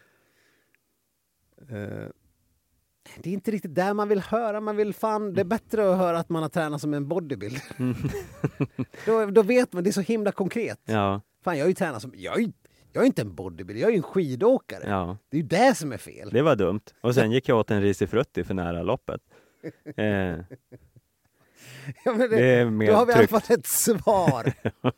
Uh, det är inte riktigt där man vill höra. Man vill fan, det är bättre att höra att man har tränat som en bodybuilder. Mm. då, då vet man, det är så himla konkret. Ja. Fan, jag är ju tränat som, jag är ju, jag är inte en bodybuilder, jag är ju en skidåkare. Ja. Det är ju det som är fel. Det var dumt. Och sen gick jag åt en risifrutti för nära loppet. Eh, Ja, men det, det är mer då har vi i alla tryggt. fall ett svar.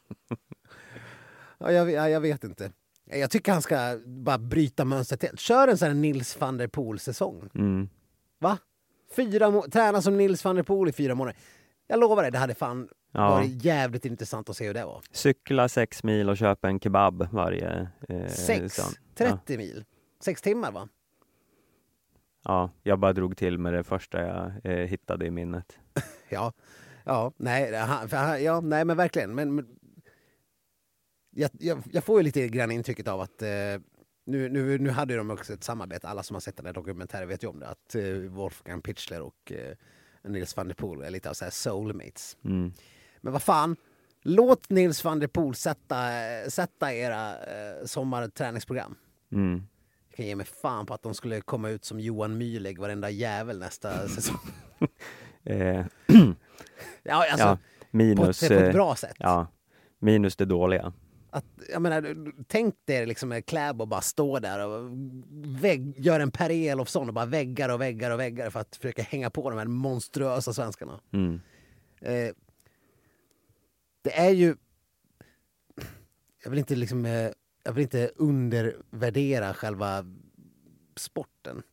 ja, jag, jag, jag vet inte. Jag tycker han ska bara bryta mönstret helt. Kör en sån här Nils van der Poel-säsong. Mm. Va? Fyra må- träna som Nils van der Poel i fyra månader. Jag lovar dig, det hade fan Ja. varit jävligt intressant att se hur det var. Cykla sex mil och köpa en kebab varje eh, Sex, sån. trettio mil. Sex timmar, va? Ja, jag bara drog till med det första jag eh, hittade i minnet. Ja, ja, nej, han, för han, ja, nej men verkligen. Men, men jag, jag, jag får ju lite grann intrycket av att eh, nu, nu, nu hade de också ett samarbete. Alla som har sett den här dokumentären vet ju om det. Att eh, Wolfgang Pichler och eh, Nils van der Poel är lite av så här soulmates. Mm. Men vad fan, låt Nils van der Poel sätta, sätta era eh, sommarträningsprogram. Mm. Jag kan ge mig fan på att de skulle komma ut som Johan Myhlegg varenda jävel nästa säsong. Eh, Ja, alltså, ja, minus, på, ett, på ett eh, bra sätt. ja, minus det dåliga. Att, jag menar, tänk dig liksom med Kläbo och bara stå där och vägg, gör en Per Elofsson och bara väggar och väggar och väggar för att försöka hänga på de här monstruösa svenskarna. Mm. Eh, det är ju... Jag vill inte liksom... Eh, jag vill inte undervärdera själva sporten.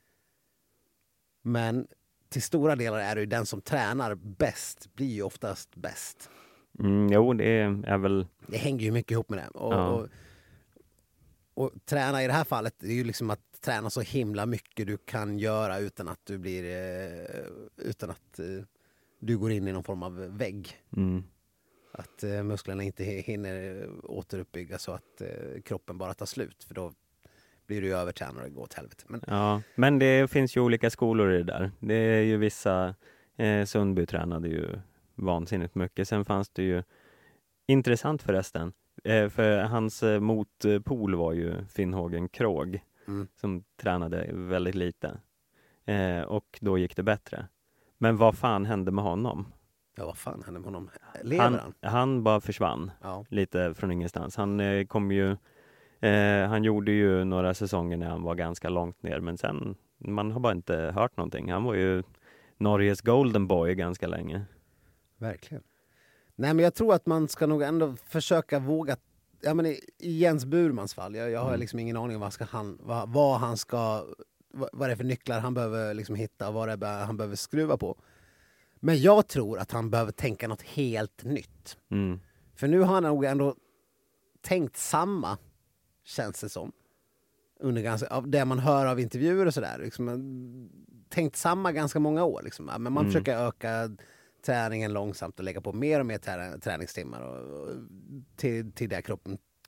Men till stora delar är det ju den som tränar bäst blir ju oftast bäst. Mm, jo, det är, är väl... Det hänger ju mycket ihop med det. Och, Ja. och, och träna i det här fallet, det är ju liksom att träna så himla mycket du kan göra utan att du blir... Eh, utan att eh, du går in i någon form av vägg. Mm. Att eh, musklerna inte hinner återuppbygga så att eh, kroppen bara tar slut. För då blir du ju övertränad och det går åt helvete. Men, Ja, men det finns ju olika skolor i det där. Det är ju vissa... Eh, Sundby tränade ju vansinnigt mycket. Sen fanns det ju... Intressant förresten. Eh, för hans eh, motpol var ju Finnhågen Krog. Mm. Som tränade väldigt lite. Eh, och då gick det bättre. Men vad fan hände med honom? ja, vad fan hände med honom? Lever Han, han? han bara försvann Ja. lite från ingenstans. Han eh, kom ju... Eh, han gjorde ju några säsonger när han var ganska långt ner. Men sen, man har bara inte hört någonting. Han var ju Norges golden boy ganska länge. Verkligen. Nej, men jag tror att man ska nog ändå försöka våga... Ja, men i, i Jens Burmans fall, jag, jag har Mm. liksom ingen aning om vad, ska han, vad, vad han ska... Vad, vad det är för nycklar han behöver liksom hitta och vad det är han behöver skruva på. Men jag tror att han behöver tänka något helt nytt. Mm. För nu har han nog ändå tänkt samma, känns det som. Under ganska, av det man hör av intervjuer och sådär. Liksom, tänkt samma ganska många år. Liksom. Men man Mm. försöker öka träningen långsamt och lägga på mer och mer trä- träningstimmar och, och till, till det kroppen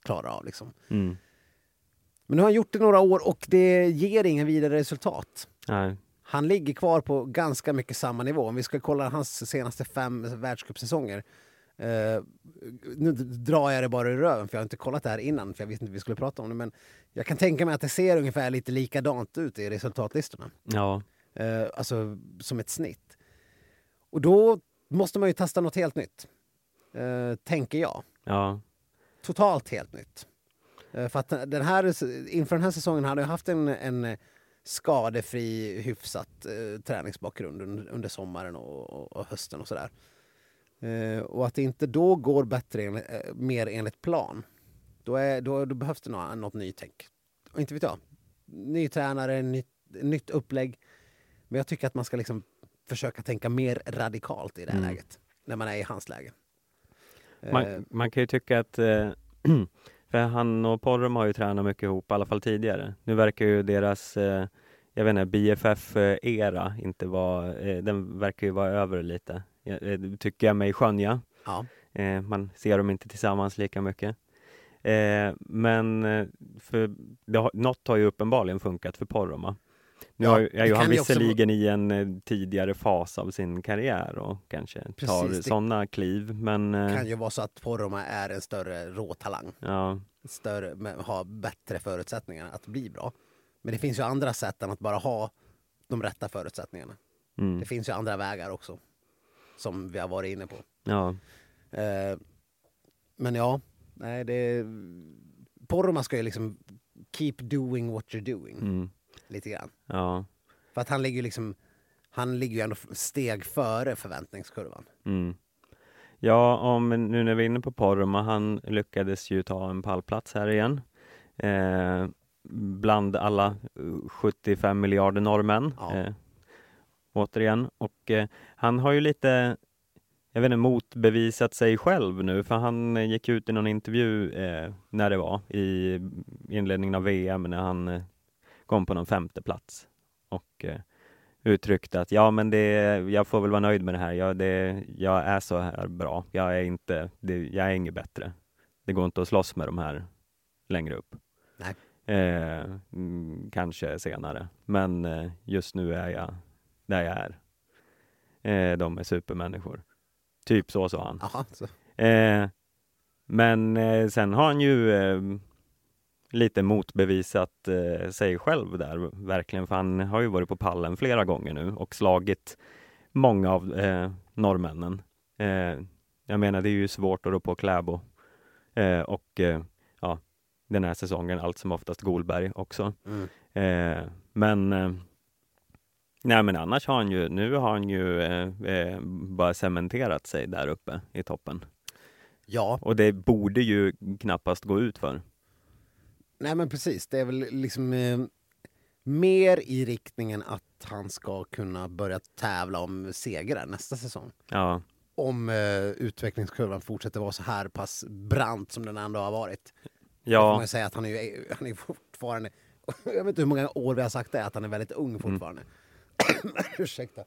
klarar av. Liksom. Mm. Men nu har han gjort det några år och det ger ingen vidare resultat. Nej. Han ligger kvar på ganska mycket samma nivå. Om vi ska kolla hans senaste fem världscupsäsonger. Uh, nu drar jag det bara i röven för jag har inte kollat det här innan för jag visste inte vi skulle prata om det, men jag kan tänka mig att det ser ungefär lite likadant ut i resultatlistorna. Ja. Uh, alltså som ett snitt. Och då måste man ju testa något helt nytt. Uh, tänker jag. Ja. Totalt helt nytt. Uh, för att den här, inför den här säsongen hade jag haft en, en skadefri, hyfsat uh, träningsbakgrund under, under sommaren och, och, och hösten och sådär. Uh, och att det inte då går bättre enligt, uh, mer enligt plan. Då, är, då, då behövs det något, något nytänk. Och inte vet jag. Ny tränare, nytt, nytt upplägg. Men jag tycker att man ska liksom försöka tänka mer radikalt i det här Mm. läget. När man är i hans läge. Man, Uh, man kan ju tycka att eh, för han och Porrum har ju tränat mycket ihop, i alla fall tidigare. Nu verkar ju deras eh, jag vet inte, B F F-era inte vara, eh, den verkar ju vara över lite. Eh, det tycker jag mig skönja. ja. Eh, man ser dem inte tillsammans lika mycket. Eh, men eh, för det har, något har ju uppenbarligen funkat för Porrum. Va? Nu Ja, har, ju- är det ju kan han ju också visserligen i en eh, tidigare fas av sin karriär och kanske tar Precis, det- sådana kliv. Men Det eh, kan ju vara så att Porroma är en större råtalang. ja, Större, men har bättre förutsättningar att bli bra. Men det finns ju andra sätt än att bara ha de rätta förutsättningarna. mm, Det finns ju andra vägar också. Som vi har varit inne på. ja, Eh, men ja, nej det... Porroma ska ju liksom keep doing what you're doing. mm, Lite grann. ja. För att han ligger ju liksom... Han ligger ju ändå steg före förväntningskurvan. Mm. Ja, om, nu när vi är inne på Porruma, han lyckades ju ta en pallplats här igen. Eh, bland alla eh, sjuttiofem miljarder norrmän. Ja. Eh, återigen. Och eh, han har ju lite, jag vet inte, motbevisat sig själv nu. För han eh, gick ut i någon intervju eh, när det var i inledningen av V M när han eh, kom på någon femte plats. Och eh, uttryckte att ja, men det, jag får väl vara nöjd med det här. Jag, det, jag är så här bra. Jag är inte, det, jag är inget bättre. Det går inte att slåss med de här längre upp. Nej. Eh, mm, kanske senare. Men eh, just nu är jag där jag är. Eh, de är supermänniskor. Typ så sa han. Jaha, så. Eh, men eh, sen har han ju eh, lite motbevisat eh, sig själv där, verkligen. För han har ju varit på pallen flera gånger nu och slagit många av eh, norrmännen. Eh, jag menar, det är ju svårt att rå på Kläbo. Eh, och eh, ja, den här säsongen allt som oftast Golberg också. Mm. Eh, men eh, nej, men annars har han ju, nu har han ju eh, eh, bara cementerat sig där uppe i toppen. Ja, Och det borde ju knappast gå ut för. nej men precis. Det är väl liksom eh, mer i riktningen att han ska kunna börja tävla om segrar nästa säsong. Ja, Om eh, utvecklingskurvan fortsätter vara så här pass brant som den ändå har varit. Då får ja, man ju säga att han är, ju- han är fortfarande, jag vet inte hur många år vi har sagt det, att han är väldigt ung fortfarande. Ursäkta.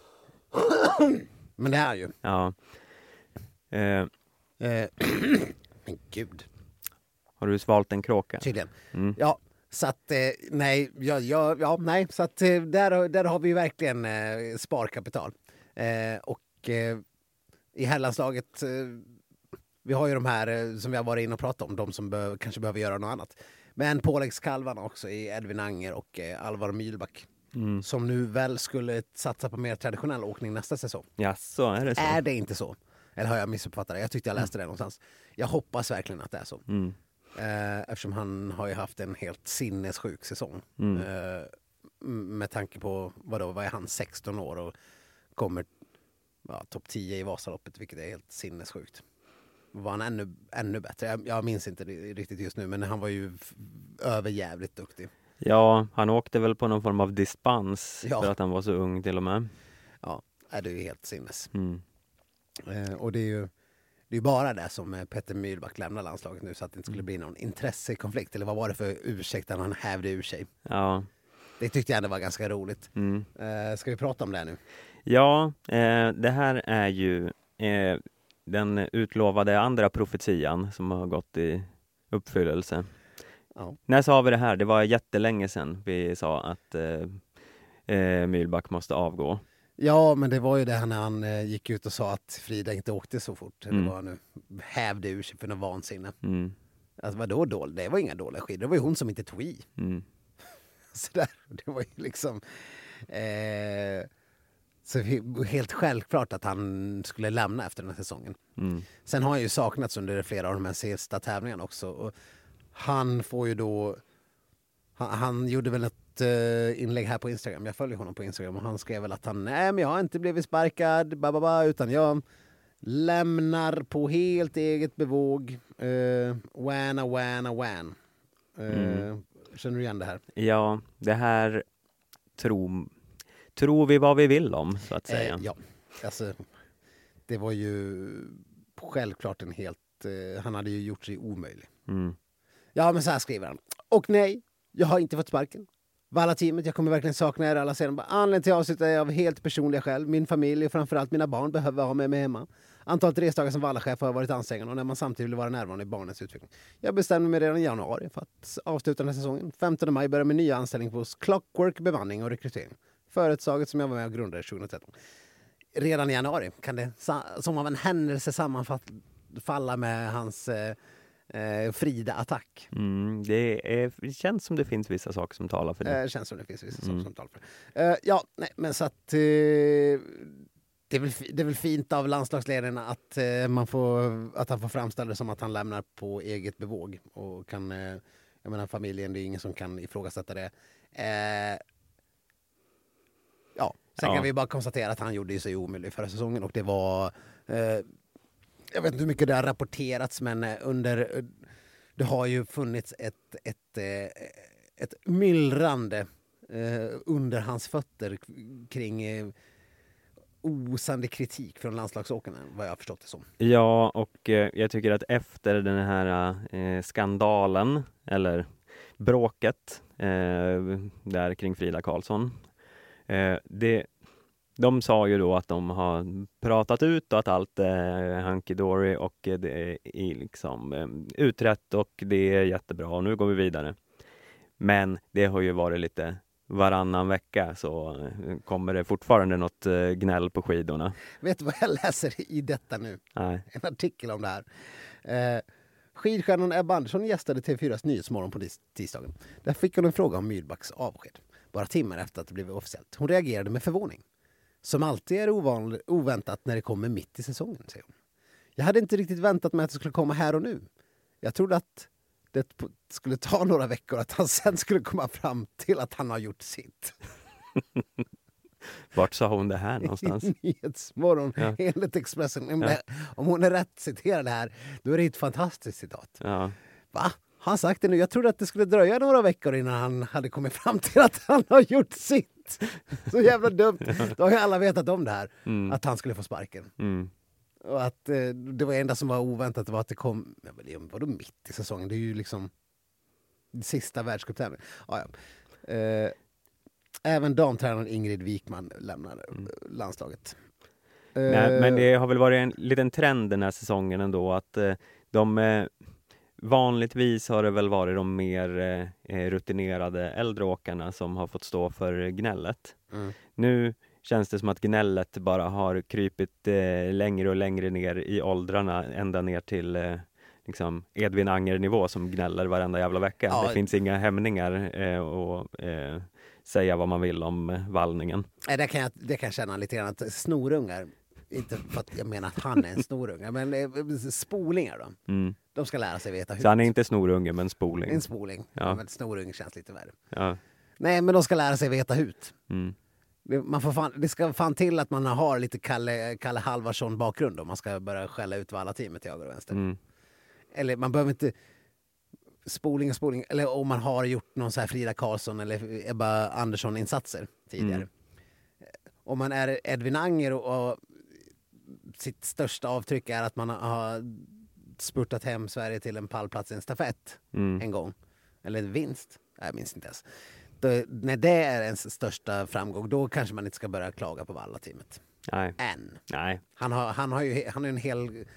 Men det är ju. ja. Eh, Eh, men gud, har du svalt en kråka? tydligen. Mm. Ja, så att eh, nej, ja, ja, ja, nej, så att eh, där, där har vi ju verkligen eh, sparkapital. Eh, och eh, i herrlandslaget, eh, vi har ju de här eh, som vi har varit inne och pratat om, de som be- kanske behöver göra något annat. Men påläggskalvarna också i Edvin Anger och eh, Alvar Mylback. Mm. Som nu väl skulle satsa på mer traditionell åkning nästa säsong. Ja, så är det så. Är det inte så? Eller har jag missuppfattat det? Jag tyckte jag läste det någonstans. Jag hoppas verkligen att det är så. Mm. Eh, eftersom han har ju haft en helt sinnessjuk säsong. Mm. Eh, m- med tanke på, vadå, vad är han, sexton år och kommer ja, topp tio i Vasaloppet, vilket är helt sinnessjukt. Var han ännu, ännu bättre? Jag, jag minns inte det riktigt just nu, men han var ju f- överjävligt duktig. Ja, han åkte väl på någon form av dispens Ja. för att han var så ung till och med. Ja, är det är ju helt sinnes. Mm. Eh, och det är ju det är ju bara det som eh, Petter Mylback lämnar landslaget nu, så att det inte Mm. skulle bli någon intressekonflikt. Eller vad var det för ursäkt när han hävde ur sig? Ja. Det tyckte jag ändå var ganska roligt. Mm. Eh, ska vi prata om det nu? Ja, eh, det här är ju eh, den utlovade andra profetian som har gått i uppfyllelse. Ja. När sa vi det här? Det var jättelänge sedan vi sa att eh, eh, Mühlbach måste avgå. Ja, men det var ju det här när han eh, gick ut och sa att Frida inte åkte så fort. Mm. Det var nu hävde ur sig för något vansinne. Mm. Alltså vadå dåligt? Det var inga dåliga skidor. Det var ju hon som inte tog i. Mm. Så där, det var ju liksom... Eh, så helt självklart att han skulle lämna efter den här säsongen. Mm. Sen har han ju saknats under flera av de här sista tävlingarna också. Och han får ju då... Han, han gjorde väl ett uh, inlägg här på Instagram. Jag följer honom på Instagram och han skrev väl att han... Nej, men jag har inte blivit sparkad, bababa, utan jag lämnar på helt eget bevåg. Uh, wana, wana, wan. Uh, Mm. Känner du igen det här? Ja, det här tror, tror vi vad vi vill om, så att säga. Eh, ja, alltså det var ju självklart en helt... Eh, han hade ju gjort sig omöjlig. Mm. Ja, men så här skriver han. Och nej, jag har inte fått sparken. Valla-teamet, jag kommer verkligen sakna er alla sen. Anledningen till avslutet är av helt personliga skäl. Min familj och framförallt mina barn behöver ha med mig hemma. Antalet resdagar som Valla-chef har varit ansträngande och när man samtidigt vill vara närvarande i barnens utveckling. Jag bestämde mig redan i januari för att avsluta den här säsongen. femtonde maj börjar med nya anställning hos Clockwork bemanning och rekrytering. Företaget som jag var med och grundade tjugohundratretton. Redan i januari kan det som av en händelse sammanfalla med hans eh, eh, Frida-attack. Mm, det, är, det känns som det finns vissa saker som talar för det. Eh, känns som det finns vissa Mm. saker som talar för det. Eh, ja, nej, men så att... Eh, Det är, väl, det är väl fint av landslagsledarna att, eh, man får, att han får framställa det som att han lämnar på eget bevåg. Och kan, eh, jag menar familjen, det är ingen som kan ifrågasätta det. Eh, ja, sen Ja. kan vi bara konstatera att han gjorde sig omöjlig förra säsongen. Och det var, eh, jag vet inte hur mycket det har rapporterats, men eh, under, eh, det har ju funnits ett, ett, eh, ett myllrande eh, under hans fötter k- kring... Eh, osande kritik från landslagsåkarna, vad jag har förstått det som. Ja, och eh, jag tycker att efter den här eh, skandalen, eller bråket, eh, där kring Frida Karlsson, eh, det, de sa ju då att de har pratat ut och att allt är hunky-dory och det är liksom eh, utrett och det är jättebra och nu går vi vidare. Men det har ju varit lite varannan vecka, så kommer det fortfarande något eh, gnäll på skidorna. Vet du vad jag läser i detta nu? Nej. En artikel om det här. Eh, skidstjärnan Ebba Andersson gästade T V fyras Nyhetsmorgon på tis- tisdagen. Där fick hon en fråga om Mühlbachs avsked. Bara timmar efter att det blev officiellt. Hon reagerade med förvåning. Som alltid är ovanligt, oväntat när det kommer mitt i säsongen, säger hon. Jag hade inte riktigt väntat mig att det skulle komma här och nu. Jag trodde att det skulle ta några veckor, att han sen skulle komma fram till att han har gjort sitt. Vart sa hon det här någonstans? I Nyhetsmorgon, Ja. enligt Expressen. Ja. Om hon är rätt citerad här, då är det ett fantastiskt citat. Ja. Va? Har han sagt det nu? Jag trodde att det skulle dröja några veckor innan han hade kommit fram till att han har gjort sitt. Så jävla dumt. Då har ju alla vetat om det här. Mm. Att han skulle få sparken. Mm. Och att eh, det var enda som var oväntat var att det kom... Ja, men det var då mitt i säsongen? Det är ju liksom sista världscuptävlingen. Ja, ja. Eh, även damtränaren Ingrid Wikman lämnar mm. landslaget. Eh, Nej, men det har väl varit en liten trend den här säsongen ändå att eh, de eh, vanligtvis har det väl varit de mer eh, rutinerade äldre åkarna som har fått stå för gnället. Mm. Nu känns det som att gnället bara har krypit eh, längre och längre ner i åldrarna, ända ner till eh, liksom Edvin Anger-nivå som gnäller varenda jävla vecka. Ja. Det finns inga hämningar eh, och eh, säga vad man vill om eh, vallningen. Nej, det kan jag, det kan jag känna lite grann att snorungar, inte för att jag menar att han är en snorunge, men eh, spolingar då. Mm. De ska lära sig veta hur. Så han är inte snorunge, men spoling. En spoling. Ja. Ja. Men snorunge känns lite värre. Ja. Nej, men de ska lära sig veta hut. Mm. Det, man får fan, det ska fan till att man har lite Kalle, Kalle Halvarsson bakgrund om man ska börja skälla ut alla teamet till höger och vänster. Mm. Eller man behöver inte spoling och spoling, eller om man har gjort någon så här Frida Karlsson eller Ebba Andersson insatser tidigare. Mm. Om man är Edvin Anger och, och sitt största avtryck är att man har spurtat hem Sverige till en pallplats i en stafett Mm. en gång. Eller en vinst. Nej, jag minns inte ens. Då, när det är ens största framgång, då kanske man inte ska börja klaga på Valla-teamet. Nej. Än. Nej. Han har, han har ju han är en hel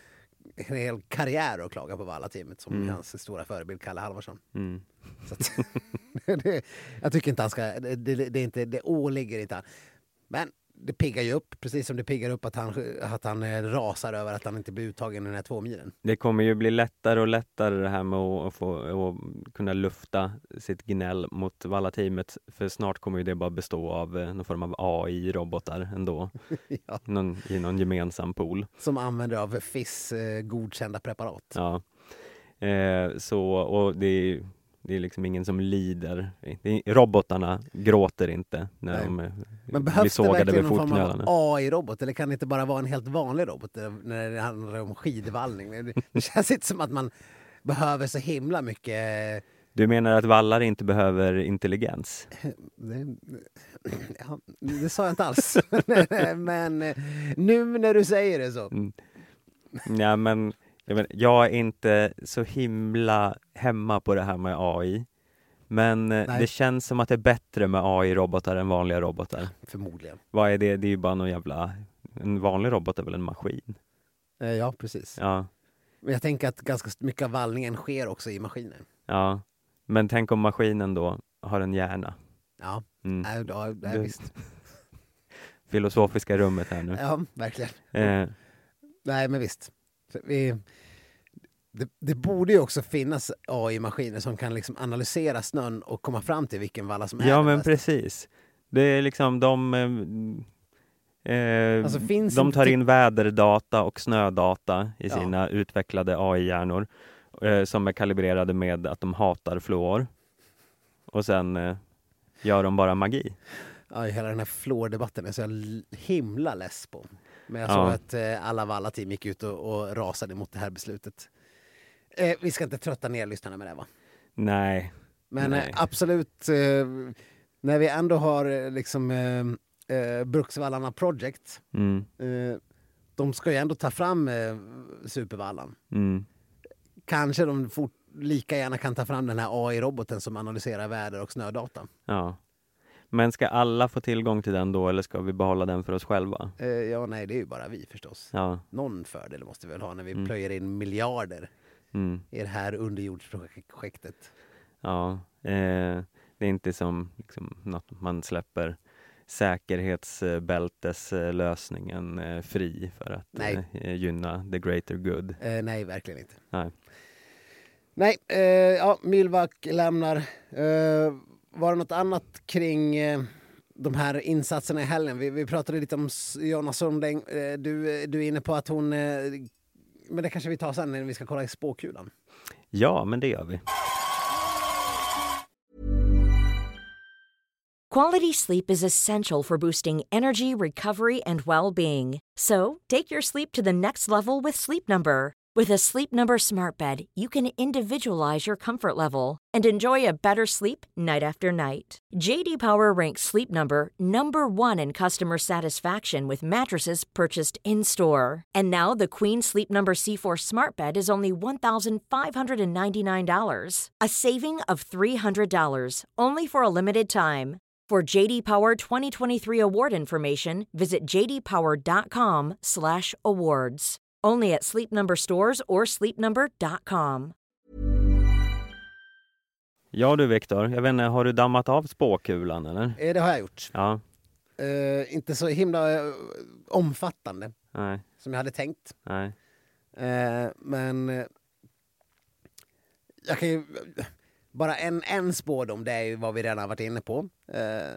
en hel karriär att klaga på Valla-teamet som Mm. hans stora förebild Kalle Halvarsson. Mm. Så att, det, jag tycker inte han ska, det, det, det, är inte, det åligger inte han. Men det piggar ju upp, precis som det piggar upp att han, att han eh, rasar över att han inte blir uttagen i den här två milen. Det kommer ju bli lättare och lättare det här med att, att få att kunna lufta sitt gnäll mot Valla-teamet. För snart kommer ju det bara bestå av eh, någon form av A I-robotar ändå. Ja. Någon, I någon gemensam pool. Som använder av F I S eh, godkända preparat. Ja. Eh, så, och det är, det är liksom ingen som lider. Det är, robotarna gråter inte när Nej. de eh, Men blir behövs det sågade verkligen vid någon form av fotknölarna. A I-robot? Eller kan det inte bara vara en helt vanlig robot eh, när det handlar om skidvallning? Det, det känns inte som att man behöver så himla mycket... eh, Du menar att vallar inte behöver intelligens? Det, ja, det sa jag inte alls. Men eh, nu när du säger det så. Mm. Ja, men jag, men jag är inte så himla hemma på det här med A I. Men eh, Nej. det känns som att det är bättre med A I-robotar än vanliga robotar. Förmodligen. Vad är det? Det är ju bara någon jävla... En vanlig robot är väl en maskin? Eh, Ja, precis. Ja, Men jag tänker att ganska mycket av vallningen sker också i maskiner. ja. Men tänk om maskinen då har en hjärna. Ja, Mm. nej, ja, nej Du- visst. Filosofiska rummet här nu. Ja, verkligen. Eh, Nej, men visst. Så vi, det, det borde ju också finnas A I-maskiner som kan liksom analysera snön och komma fram till vilken valla som är ja, den men bästa. precis. Det är liksom de... Eh, eh, Alltså, finns de inte- tar in väderdata och snödata i Ja. sina utvecklade A I-hjärnor eh, som är kalibrerade med att de hatar fluor. Och sen eh, gör de bara magi. Ja, hela den här fluordebatten är så jag l- himla less på. Men jag Ja. såg att eh, alla Valla-team gick ut och, och rasade mot det här beslutet. Eh, vi ska inte trötta ner lyssnarna med det, va? Nej. Men eh, Nej. absolut, eh, när vi ändå har eh, liksom eh, eh, Bruksvallarna Project, Mm. eh, de ska ju ändå ta fram eh, Supervallan. Mm. Kanske de fort, lika gärna kan ta fram den här A I-roboten som analyserar väder och snödata. Ja. Men ska alla få tillgång till den då eller ska vi behålla den för oss själva? Eh, ja, nej, det är ju bara vi förstås. Ja. Någon fördel måste vi väl ha när vi Mm. plöjer in miljarder Mm. i det här underjordsprojektet. Ja. Eh, det är inte som liksom, något man släpper säkerhetsbälteslösningen eh, fri för att Nej. eh, gynna the greater good. Eh, nej, verkligen inte. Nej. Nej, eh, ja, Mühlbach lämnar. Eh, var det något annat kring eh, de här insatserna i helgen? Vi, vi pratade lite om S- Jonna Sundling. Eh, du, du är inne på att hon... Eh, men det kanske vi tar sen när vi ska kolla i spåkulan. Ja, men det gör vi. Quality sleep is essential for boosting energy, recovery, and well-being. So, take your sleep to the next level with Sleep Number. With a Sleep Number smart bed, you can individualize your comfort level and enjoy a better sleep night after night. J D Power ranks Sleep Number number one in customer satisfaction with mattresses purchased in-store. And now the Queen Sleep Number C four smart bed is only one thousand five hundred ninety-nine dollars, a saving of three hundred dollars, only for a limited time. For J D Power twenty twenty-three award information, visit j d power dot com slash awards. Only at Sleep Number stores or sleep number dot com. Ja du Viktor, jag vet inte, har du dammat av spåkulan eller? Eh, det har jag gjort. Ja, Eh, inte så himla eh, omfattande nej, som jag hade tänkt. nej. Eh, men eh, jag kan ju... Bara en, en spådom, det är ju vad vi redan har varit inne på. Eh,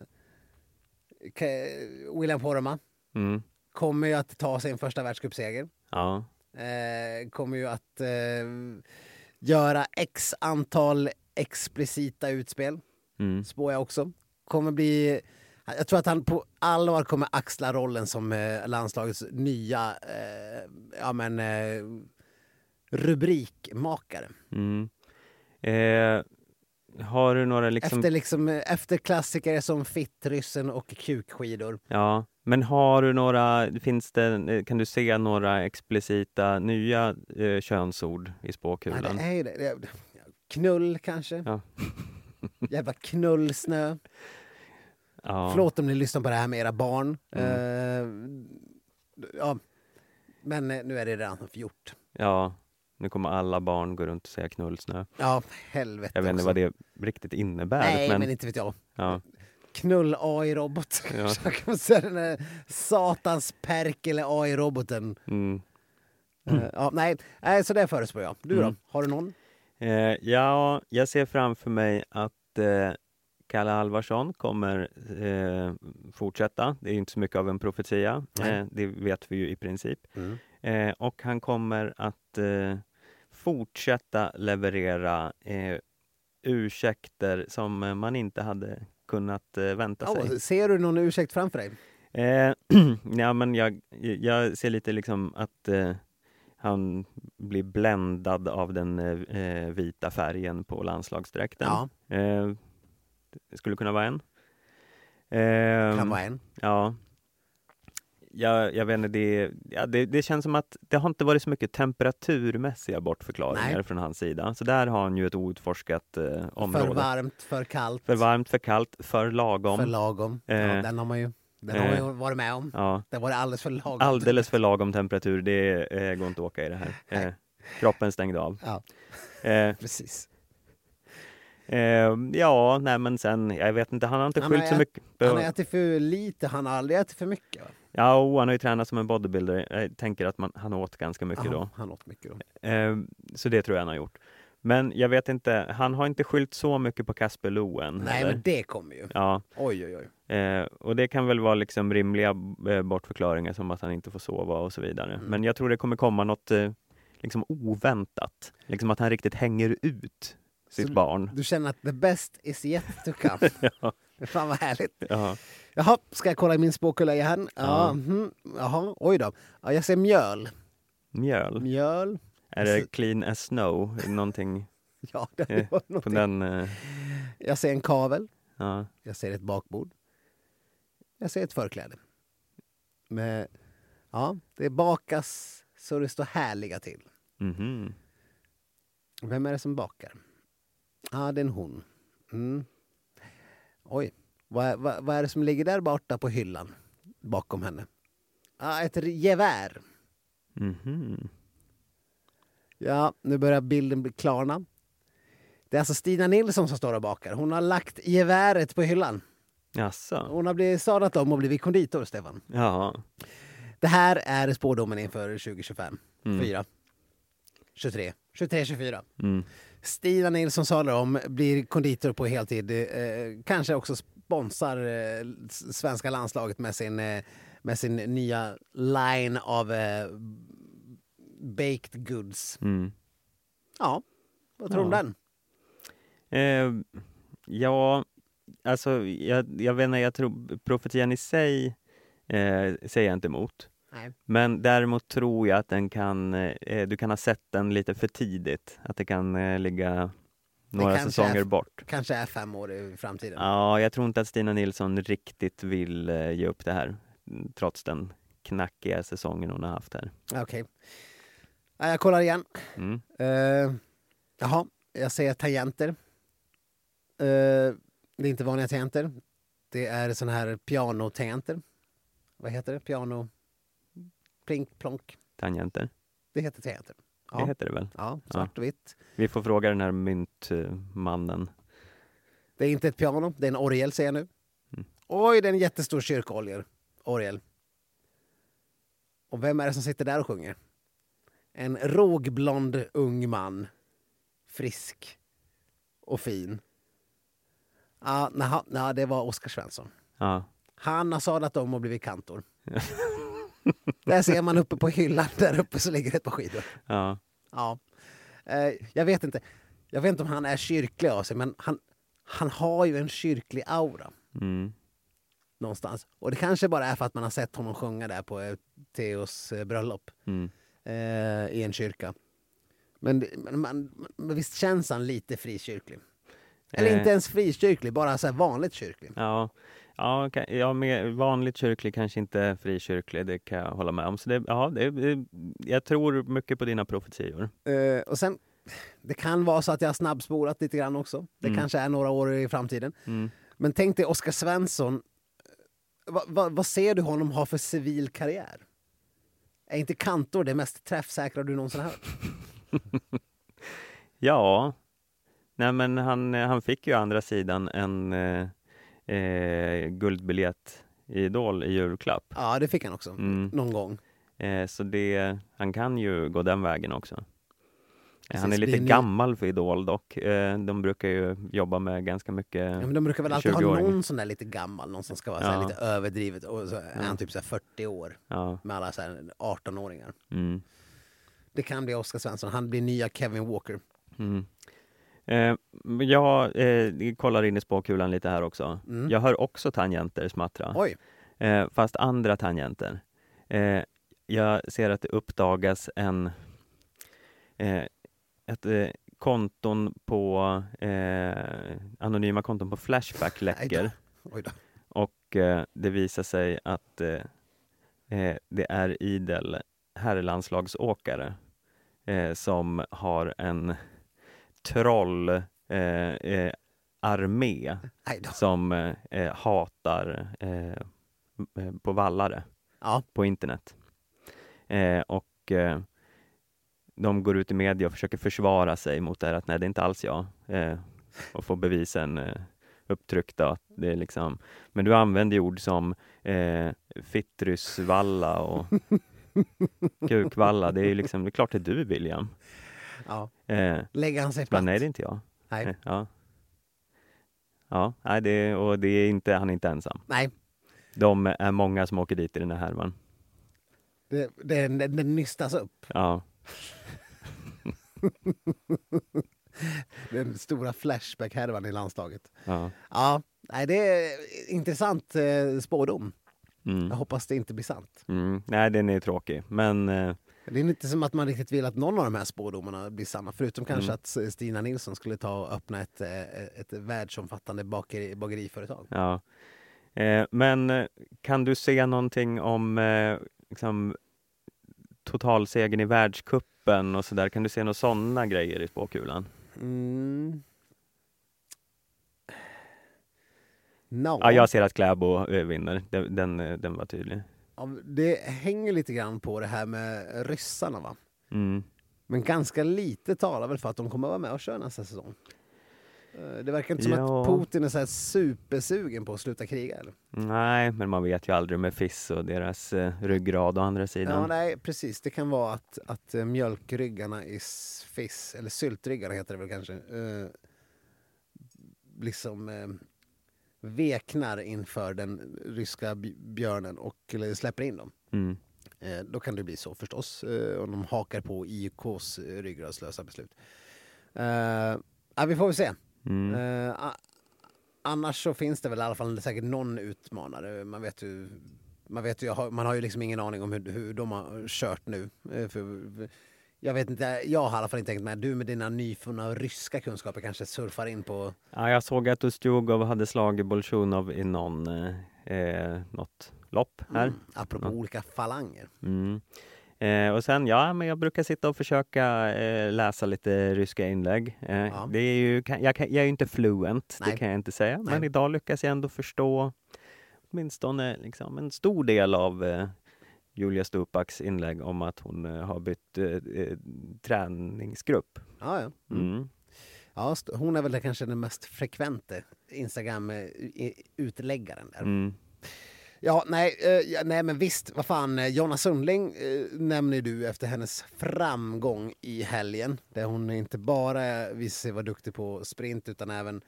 Ke- William Poromaa Mm. kommer ju att ta sin första världscupseger. Ja, Eh, kommer ju att eh, göra x antal explicita utspel. mm. Spår jag också. Kommer bli... Jag tror att han på allvar kommer axla rollen som eh, landslagets nya eh, ja, men, eh, rubrikmakare. Mm. Eh, har du några liksom... Efter, liksom, eh, efter klassiker som Fittryssen och Kukskidor. Ja, men har du några, finns det, kan du se några explicita nya eh, könsord i Nej, spåkulan? det är ju det. det. är- Knull kanske. Ja. Jävla knullsnö. Ja. Förlåt om ni lyssnar på det här med era barn. Mm. Eh, ja. Men eh, nu är det redan gjort. Ja, nu kommer alla barn gå runt och säga knullsnö. Ja, helvete. Jag vet inte också. vad det riktigt innebär. Nej, men, men inte vet jag. Ja. Knull-A I-robot. Ja. Så kan man säga den där satans Perkele A I-roboten. Mm. Uh, ja, nej, nej, så det förespår jag. Du då? Mm. Har du någon? Eh, ja, jag ser framför mig att eh, Kalle Alvarsson kommer eh, fortsätta. Det är inte så mycket av en profetia. Eh, det vet vi ju i princip. Mm. Eh, och han kommer att eh, fortsätta leverera eh, ursäkter som eh, man inte hade kunnat eh, vänta Oh, sig. ser du någon ursäkt framför dig? Eh, ja, men jag, jag ser lite liksom att eh, han blir bländad av den eh, vita färgen på landslagsdräkten. Ja. Eh, det skulle kunna vara en. Eh, Kan vara en. Ja. Jag, jag vet inte, det, ja, det, det känns som att det har inte varit så mycket temperaturmässiga bortförklaringar Nej. från hans sida. Så där har han ju ett outforskat eh, område. För varmt, för kallt. För varmt, för kallt, för lagom. För lagom. Eh, ja, den har man ju, den har man ju varit med om. Ja. Det var alldeles för lagom. Alldeles för lagom temperatur, det eh, går inte att åka i det här. Eh, kroppen stängde av. Ja, Eh, precis. eh, ja, nej men sen, jag vet inte, han har inte Han skyllt har så ät- mycket. Han har ätit för lite, han har aldrig ätit för mycket. Va? Ja, och han har ju tränat som en bodybuilder. Jag tänker att man, han åt ganska mycket Ja, då. han åt mycket då. Eh, så det tror jag han har gjort. Men jag vet inte, han har inte skyllt så mycket på Kasper Loen. Nej, eller? men det kommer ju. Ja, Oj, oj, oj. eh, och det kan väl vara liksom rimliga eh, bortförklaringar som att han inte får sova och så vidare. Mm. Men jag tror det kommer komma något eh, liksom oväntat. Liksom att han riktigt hänger ut sitt Så barn. Du känner att the best is yet to come. Ja. Fan vad härligt. Ja. Jaha, ska jag kolla i min spåkulla igen? Ja. Ja. mhm. Jaha, oj då. Ja, jag ser mjöl. Mjöl. Mjöl. Är det clean as snow? Någonting Ja, det eh, var på någonting. den... Eh, Jag ser en kavel. ja. Jag ser ett bakbord. Jag ser ett förkläde. Med, ja, det bakas så det står härliga till. Mhm. Vem är det som bakar? Ja, det är en hon. Mm. Oj, vad, vad, vad är det som ligger där borta på hyllan bakom henne? Ja, ett gevär. Mhm. Ja, nu börjar bilden bli klarna. Det är alltså Stina Nilsson som står och bakar. Hon har lagt geväret på hyllan. Jaså? Hon har blivit sadlat om och blivit konditor, Stefan. Ja. Det här är spårdomen inför tjugo tjugofem. Mm. Fyra. tjugotre. tjugotre tjugofyra. Mm. Stina Nilsson sadlar om, blir konditor på heltid. Eh, kanske också sponsrar eh, svenska landslaget med sin, eh, med sin nya line av eh, baked goods. Mm. Ja, vad tror du Ja. om den? Eh, ja, alltså jag, jag vet inte, jag tror profetian i sig eh, säger jag inte emot. Nej. Men däremot tror jag att den kan, eh, du kan ha sett den lite för tidigt. Att det kan eh, ligga några kanske säsonger är- bort. Kanske är fem år i framtiden. Ja, jag tror inte att Stina Nilsson riktigt vill eh, ge upp det här. mm, Trots den knackiga säsongen hon har haft här. Okej. Ja, jag kollar igen. Mm. Uh, jaha, jag ser tangenter. Uh, det är inte vanliga tangenter. Det är såna här pianotangenter. Vad heter det? Piano... Plink, plonk. Tangenter, Det heter tangenter. Ja, det heter det väl? ja svart och vitt. Vi får fråga den här myntmannen. Det är inte ett piano, det är en orgel ser jag nu. Mm. Oj, det är en jättestor kyrkorgel. Orgel. Och vem är det som sitter där och sjunger? En rågblond ung man. Frisk. Och fin. Ja, naha, naha, det var Oskar Svensson. Ja. Han har sadlat om och blivit kantor. Där ser man uppe på hyllan, där uppe så ligger ett par skidor. Ja. Ja. Eh, jag vet inte. Jag vet inte om han är kyrklig av sig, men han, han har ju en kyrklig aura Mm. någonstans. Och det kanske bara är för att man har sett honom sjunga där på eh, Theos eh, bröllop Mm. eh, i en kyrka. Men, det- men, man, men visst känns han lite frikyrklig? Eller Eh. inte ens frikyrklig, bara så här vanligt kyrklig. Ja, ja, ka- ja med vanligt kyrklig, kanske inte frikyrklig, det kan jag hålla med om. Så det, ja, det, det, jag tror mycket på dina profetior. Eh, och sen, det kan vara så att jag har snabbspolat lite grann också. Det Mm. kanske är några år i framtiden. Mm. Men tänk dig Oskar Svensson. Va, va, vad ser du honom ha för civil karriär? Är inte Kantor det mest träffsäkra du någonsin har hört? Ja, nej men han, han fick ju andra sidan en eh, eh, guldbiljett i Idol i julklapp. Ja, det fick han också. Mm. Någon gång. Eh, så det, han kan ju gå den vägen också. Precis, han är lite blir ny- gammal för Idol dock. Eh, de brukar ju jobba med ganska mycket Ja, men de brukar väl alltid ha tjugoåringar. någon sån där lite gammal, någon som ska vara så här Ja. lite överdrivet. Och så är han typ så här fyrtio år Ja. med alla så här arton-åringar. Mm. Det kan bli Oskar Svensson. Han blir nya Kevin Walker. Mm. Eh, jag eh, kollar in i spåkulan lite här också. Mm. Jag hör också tangenter smattra. Oj. Eh, fast andra tangenter. Eh, jag ser att det uppdagas en eh, ett eh, konton på eh, anonyma konton på Flashback läcker. Oj då. Och eh, det visar sig att eh, eh, det är idel herrlandslagsåkare eh, som har en troll eh, eh, armé Aj då. som eh, hatar eh, på vallare Ja. på internet. Eh, och eh, de går ut i media och försöker försvara sig mot det här att nej, det är inte alls jag. Eh, och få bevisen eh, upptryckta. Att det är liksom, men du använder ord som eh, fittrysvalla och kukvalla. Det är ju liksom, det är klart det är du, William. Ja. Eh, Lägger han sig men platt? nej, det är inte jag. Nej. Eh, ja. Ja, nej, det, och det är inte, han är inte ensam. Nej. De är många som åker dit i den här härvan. Det, det, det, det nystas upp. Ja. Den stora Flashback-härvan i landslaget. Ja. Ja, nej, det är intressant eh, spådom. Mm. Jag hoppas det inte blir sant. Mm. Nej, den är tråkig. Men eh, Det är inte som att man riktigt vill att någon av de här spådomarna blir sanna. Förutom kanske Mm. att Stina Nilsson skulle ta och öppna ett, eh, ett världsomfattande bakeri, bageriföretag. ja. Eh, men eh, kan du se någonting om eh, liksom, totalsegern i världskuppen och så där? Kan du se några sådana grejer i spåkulan? Mm. No. Ja, jag ser att Kläbo eh, vinner. Den, den, eh, den var tydlig. Ja, det hänger lite grann på det här med ryssarna, va? Mm. Men ganska lite talar väl för att de kommer vara med och köra nästa säsong. Eh, Det verkar inte som Ja. att Putin är så här supersugen på att sluta kriga, eller? Nej, men man vet ju aldrig med F I S och deras eh, ryggrad å andra sidan. Ja, nej, precis. Det kan vara att, att eh, mjölkryggarna i s- fiss, eller syltryggarna heter det väl kanske, eh, liksom eh, veknar inför den ryska b- björnen och eller, släpper in dem. Mm. Eh, då kan det bli så förstås, eh, om de hakar på I K:s eh, ryggradslösa beslut. Eh, ja, vi får väl se. Mm. Eh, a- annars så finns det väl i alla fall säkert någon utmanare. Man vet ju, man, vet ju, man har ju liksom ingen aning om hur, hur de har kört nu. Eh, för, för, jag vet inte, jag har i alla fall inte tänkt med. Du med dina nyfunna ryska kunskaper kanske surfar in på... Ja, jag såg att Ustjugov hade slagit Bolsjunov i någon, eh, något lopp här. Mm, apropå olika falanger. Mm. Eh, och sen, ja, men jag brukar sitta och försöka eh, läsa lite ryska inlägg. Eh, Ja. det är ju, kan, jag, kan, jag är ju inte fluent, Nej. det kan jag inte säga. Men Nej. idag lyckas jag ändå förstå åtminstone liksom, en stor del av eh, Julia Stupaks inlägg om att hon eh, har bytt eh, eh, träningsgrupp. Ja, ja. Mm. Ja, st- hon är väl kanske den mest frekvente Instagram-utläggaren där. Mm. Ja, nej, eh, ja, nej, men visst, vad fan, eh, Jonna Sundling eh, nämner du efter hennes framgång i helgen. Där hon inte bara visade sig vara duktig på sprint utan även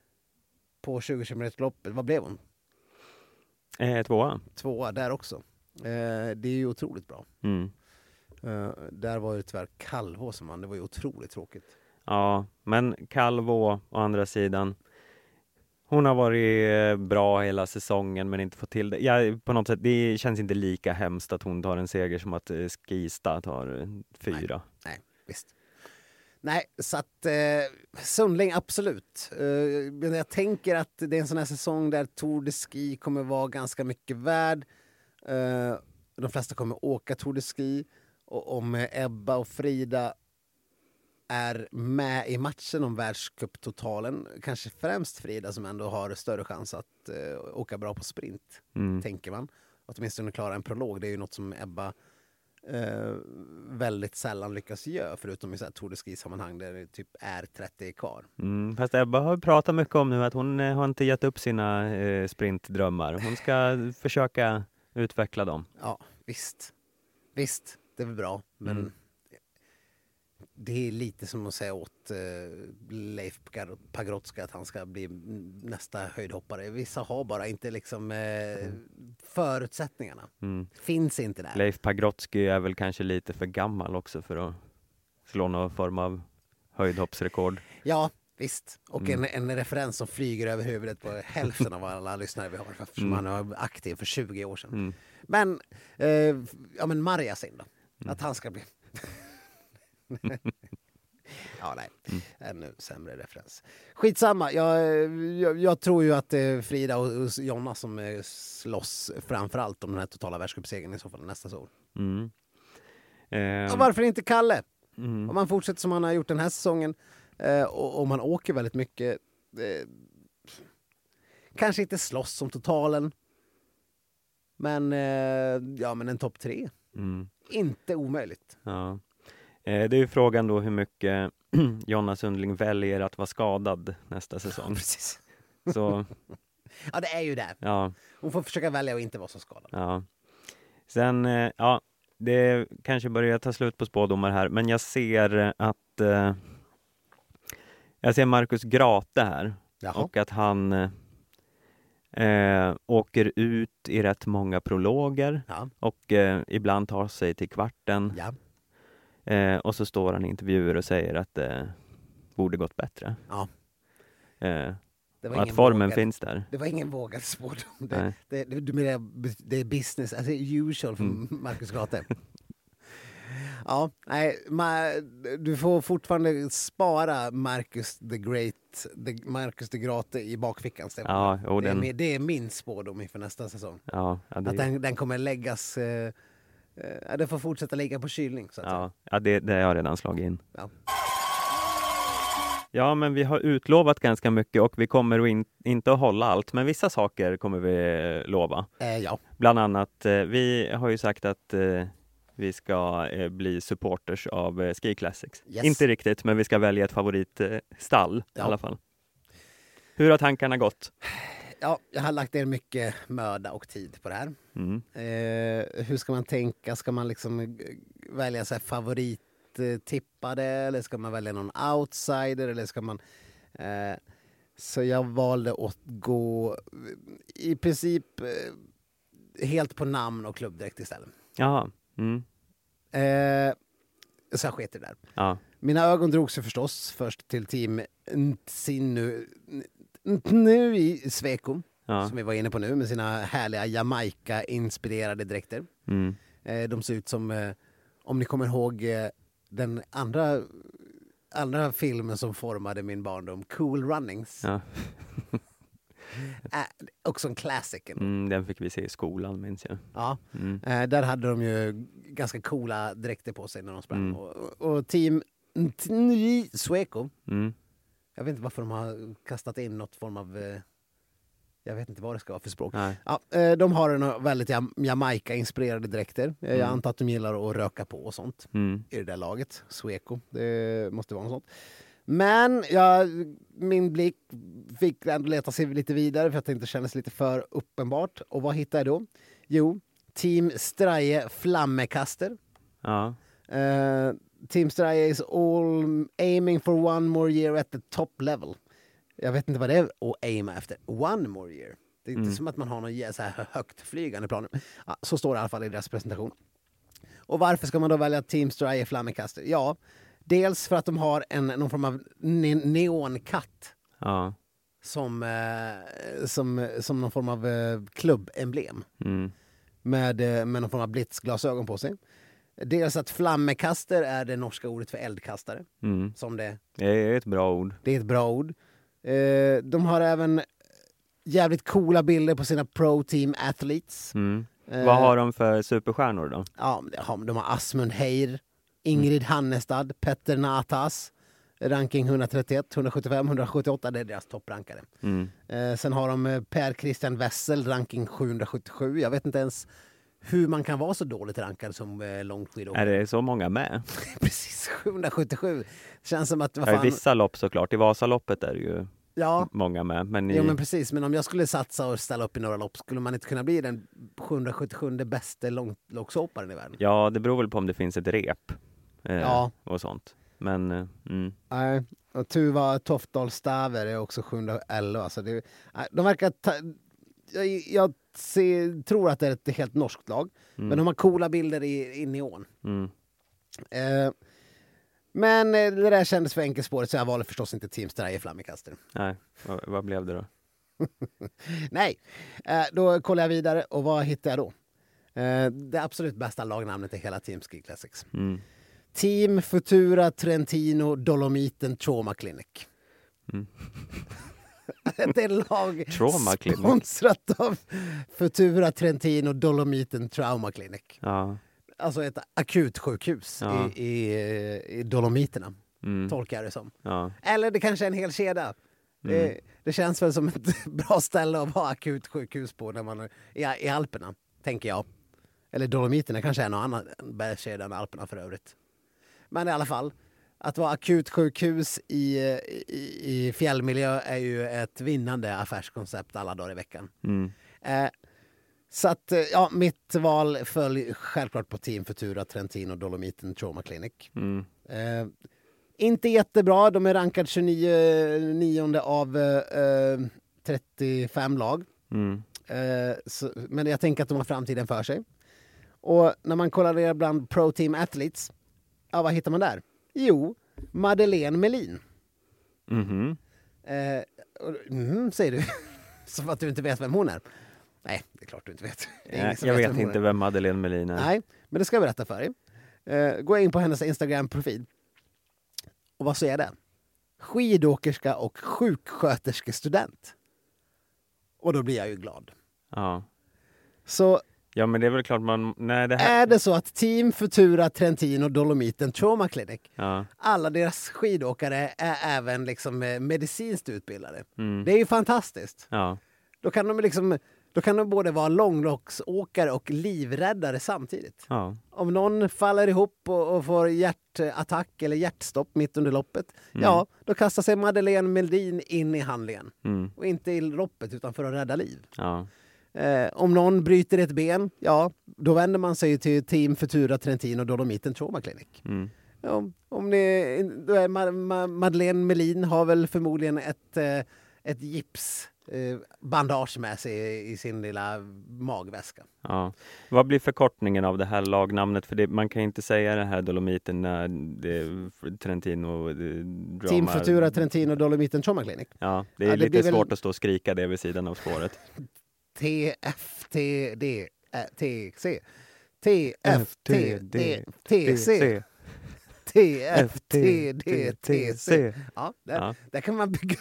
på tjugo kilometer-loppet. Vad blev hon? Eh, tvåa. Tvåa där också. Eh, det är ju otroligt bra. Mm. Eh, där var ju tyvärr Calvo som vann. Det var ju otroligt tråkigt. Ja, men Calvo å andra sidan, hon har varit eh, bra hela säsongen men inte fått till det. Ja, på något sätt, det känns inte lika hemskt att hon tar en seger som att eh, Skista tar eh, fyra. Nej, nej, visst. Nej, så att eh, Sundling, absolut. Eh, men jag tänker att det är en sån här säsong där Tour de Ski kommer vara ganska mycket värd. Eh, de flesta kommer åka Tour de Ski. Och om eh, Ebba och Frida är med i matchen om världscuptotalen, kanske främst Frida som ändå har större chans att eh, åka bra på sprint, Mm. tänker man. Att åtminstone klara en prolog, det är ju något som Ebba eh, väldigt sällan lyckas göra, förutom i så här Tour de Ski-sammanhang där det typ är trettio kvar. Mm, fast Ebba har pratat mycket om nu att hon eh, har inte gett upp sina eh, sprintdrömmar. Hon ska försöka utveckla dem. Ja, visst. Visst, det är väl bra. Men Mm. det är lite som att säga åt eh, Leif Pagrotsky att han ska bli nästa höjdhoppare. Vissa har bara inte liksom eh, förutsättningarna. Mm. Finns inte där. Leif Pagrotsky är väl kanske lite för gammal också för att slå någon form av höjdhoppsrekord. Ja, visst. Och Mm. en, en referens som flyger över huvudet på hälften av alla lyssnare vi har, eftersom Mm. han var aktiv för tjugo år sedan. Mm. Men, eh, ja men Marjasin då? Mm. Att han ska bli... ja, nej. Mm. Ännu sämre referens. Skitsamma. Jag, jag, jag tror ju att det är Frida och, och Jonna som eh, slåss framförallt om den här totala världscupsegern i så fall nästa säsong. Mm. Eh, Och varför inte Kalle? mm. Om man fortsätter som han har gjort den här säsongen eh, och om man åker väldigt mycket, eh, kanske inte slåss om totalen, men eh, ja, men en topp tre. Mm. Inte omöjligt. Ja. Eh, det är ju frågan då hur mycket Jonna Sundling väljer att vara skadad nästa säsong. Precis. Så, Ja, det är ju det. ja, Hon får försöka välja att inte vara så skadad. ja. Sen, eh, ja, det kanske börjar ta slut på spådomar här, men jag ser att eh, jag ser Marcus Grate här. Jaha. Och att han eh, åker ut i rätt många prologer Ja. och eh, ibland tar sig till kvarten. Ja. Eh, och så står han i intervjuer och säger att det borde gått bättre. Ja. Eh, Det var och att ingen formen vågad- finns där. Det var ingen vågad spådom. Det, Nej. det, det, du menar, det är business, alltså usual för Mm. Marcus Grate. Ja, nej, ma- du får fortfarande spara Marcus the Great, the, Marcus the Grate i bakfickan. Stefan. Ja, och det, är, den, min- det är min spådom inför nästa säsong. ja, ja, det, Att den, den kommer läggas, eh, eh, den får fortsätta ligga på kylning. Så att säga. ja, ja, det, det har jag redan slagit in. Ja. Ja, men vi har utlovat ganska mycket och vi kommer att in, inte att hålla allt, men vissa saker kommer vi eh, lova. Eh, ja. Bland annat, eh, vi har ju sagt att eh, vi ska eh, bli supporters av eh, Ski Classics. Yes. Inte riktigt, men vi ska välja ett favoritstall eh, Ja. i alla fall. Hur har tankarna gått? ja, jag har lagt ner mycket möda och tid på det här. Mm. Eh, hur ska man tänka? Ska man liksom eh, välja så här favorittippade eller ska man välja någon outsider eller ska man... Eh, så jag valde att gå eh, i princip eh, helt på namn och klubbdräkt istället. Jaha. Mm. Eh, så jag sket i det där. Ja. Mina ögon drog sig förstås först till team Ntinu nu i Sweco. Ja. Som vi var inne på nu med sina härliga Jamaica-inspirerade dräkter. Mm. Eh, de ser ut som, eh, om ni kommer ihåg eh, den andra, andra filmen som formade min barndom, Cool Runnings. Ja. Eh, också en classic. Mm, den fick vi se i skolan, minns jag. Ja. Mm. Eh, där hade de ju ganska coola dräkter på sig när de sprang. Mm. Och, och, och team Ntini Sweco, Mm. jag vet inte varför de har kastat in något form av... Eh, jag vet inte vad det ska vara för språk. Nej. Ja, eh, de har en väldigt jam- Jamaica-inspirerade dräkter. Eh, Jag Mm. antar att de gillar att röka på och sånt Mm. i det där laget. Sweco, det måste vara något sånt. Men ja, min blick fick ändå leta sig lite vidare för att det inte kändes lite för uppenbart. Och vad hittade jag då? Jo, Team Straje Flammekaster. Ja. Uh, Team Straje is all aiming for one more year at the top level. Jag vet inte vad det är att aima efter. One more year. Det är inte Mm. som att man har någon så här högt flygande plan. Ja, så står det i alla fall i deras presentation. Och varför ska man då välja Team Straje Flammekaster? Ja, dels för att de har en, någon form av ne- neonkatt Ja. som, eh, som, som någon form av eh, klubbemblem Mm. med, eh, med någon form av blitzglasögon på sig. Dels att flammekaster är det norska ordet för eldkastare. Mm. Som det, Det är ett bra ord. det är ett bra ord. Eh, de har även jävligt coola bilder på sina pro team athletes. Mm. Eh, Vad har de för superstjärnor då? Ja, de har, de har Asmund Heir, Ingrid Hannestad, Petter Natas, ranking etthundratrettioett, etthundrasjuttiofem, etthundrasjuttioåtta, det är deras topprankare. Mm. Eh, sen har de eh, Per Christian Wessel, ranking sjuhundrasjuttiosju. Jag vet inte ens hur man kan vara så dåligt rankad som eh, långskidåkare. Är det så många med? Precis, sjuhundrasjuttiosju. Känns som att... Vad Ja, fan... i vissa lopp såklart. I Vasaloppet är det ju ja. många med. Men i... Ja, men precis. Men om jag skulle satsa och ställa upp i några lopp, skulle man inte kunna bli den sjuhundrasjuttiosju bästa långloppshopparen i världen? Ja, det beror väl på om det finns ett rep eh, ja. och sånt. Men, eh, mm. Nej, och Tuva Toftdal Staver är också sjuhundraelva. Alltså det, de verkar ta, jag jag ser, tror att det är ett helt norskt lag. Mm. Men de har coola bilder i, in i ån. Mm. Eh, men det där kändes för enkelspåret, så jag valde förstås inte Team Straje Flammikaster. Nej, vad, vad blev det då? Nej, eh, då kollar jag vidare och vad hittar jag då? Eh, det absolut bästa lagnamnet i hela Team Ski Classics. Mm. Team Futura Trentino Dolomiten Trauma Clinic. Mm. Det är lag Trauma Clinic. Sponsrat av Futura Trentino Dolomiten Trauma Clinic. Ja. Alltså ett akutsjukhus ja. i, i, i Dolomiterna, mm. tolkar jag det som. Ja. Eller det kanske är en hel kedja. Mm. Det, det känns väl som ett bra ställe att vara akutsjukhus på när man är i, i Alperna, tänker jag. Eller Dolomiterna kanske är någon annan bergskedja än Alperna för övrigt. Men i alla fall, att vara akutsjukhus i, i, i fjällmiljö är ju ett vinnande affärskoncept alla dagar i veckan. Mm. Eh, så att, ja, mitt val föll självklart på Team Futura Trentino Dolomiten Trauma Clinic. Mm. Eh, inte jättebra, de är rankad tjugonionde av eh, trettiofem lag. Mm. Eh, så, men jag tänker att de har framtiden för sig. Och när man kollar bland Pro Team Athletes, ja, vad hittar man där? Jo, Madeleine Melin. Mhm. Eh, mm, säger du. Som att du inte vet vem hon är. Nej, det är klart du inte vet. Ja, jag vet, vet inte vem Madeleine Melin är. Nej, men det ska jag berätta för dig. Eh, gå in på hennes Instagram-profil. Och vad säger det? Skidåkerska och sjuksköterskestudent. Och då blir jag ju glad. Ja. Så... Ja, men det är väl klart man... Nej, det här... Är det så att Team Futura Trentino Dolomiten Trauma Clinic, ja. alla deras skidåkare är även liksom medicinskt utbildade. Mm. Det är ju fantastiskt. Ja. Då kan de liksom... Då kan de både vara långloppsåkare och livräddare samtidigt. Ja. Om någon faller ihop och, och får hjärtattack eller hjärtstopp mitt under loppet, mm. ja, då kastar sig Madeleine Melin in i handlingen. Mm. Och inte i loppet utan för att rädda liv. Ja. Eh, om någon bryter ett ben, ja, då vänder man sig till Team Futura Trentino Dolomiten Trauma Clinic. Mm. Ja, om ni, då är Ma- Ma- Madeleine Melin har väl förmodligen ett, eh, ett gips eh, bandage med sig i, i sin lilla magväska. Ja. Vad blir förkortningen av det här lagnamnet? För det, man kan inte säga det här Dolomiten när det är Trentino Drama. Team Futura Trentino Dolomiten Trauma Clinic. Ja, det är ja, det lite svårt väl... att stå och skrika det vid sidan av spåret. T F T D T C T F T D T C T F T D T C. Ja, där, ja. där kan man bygga.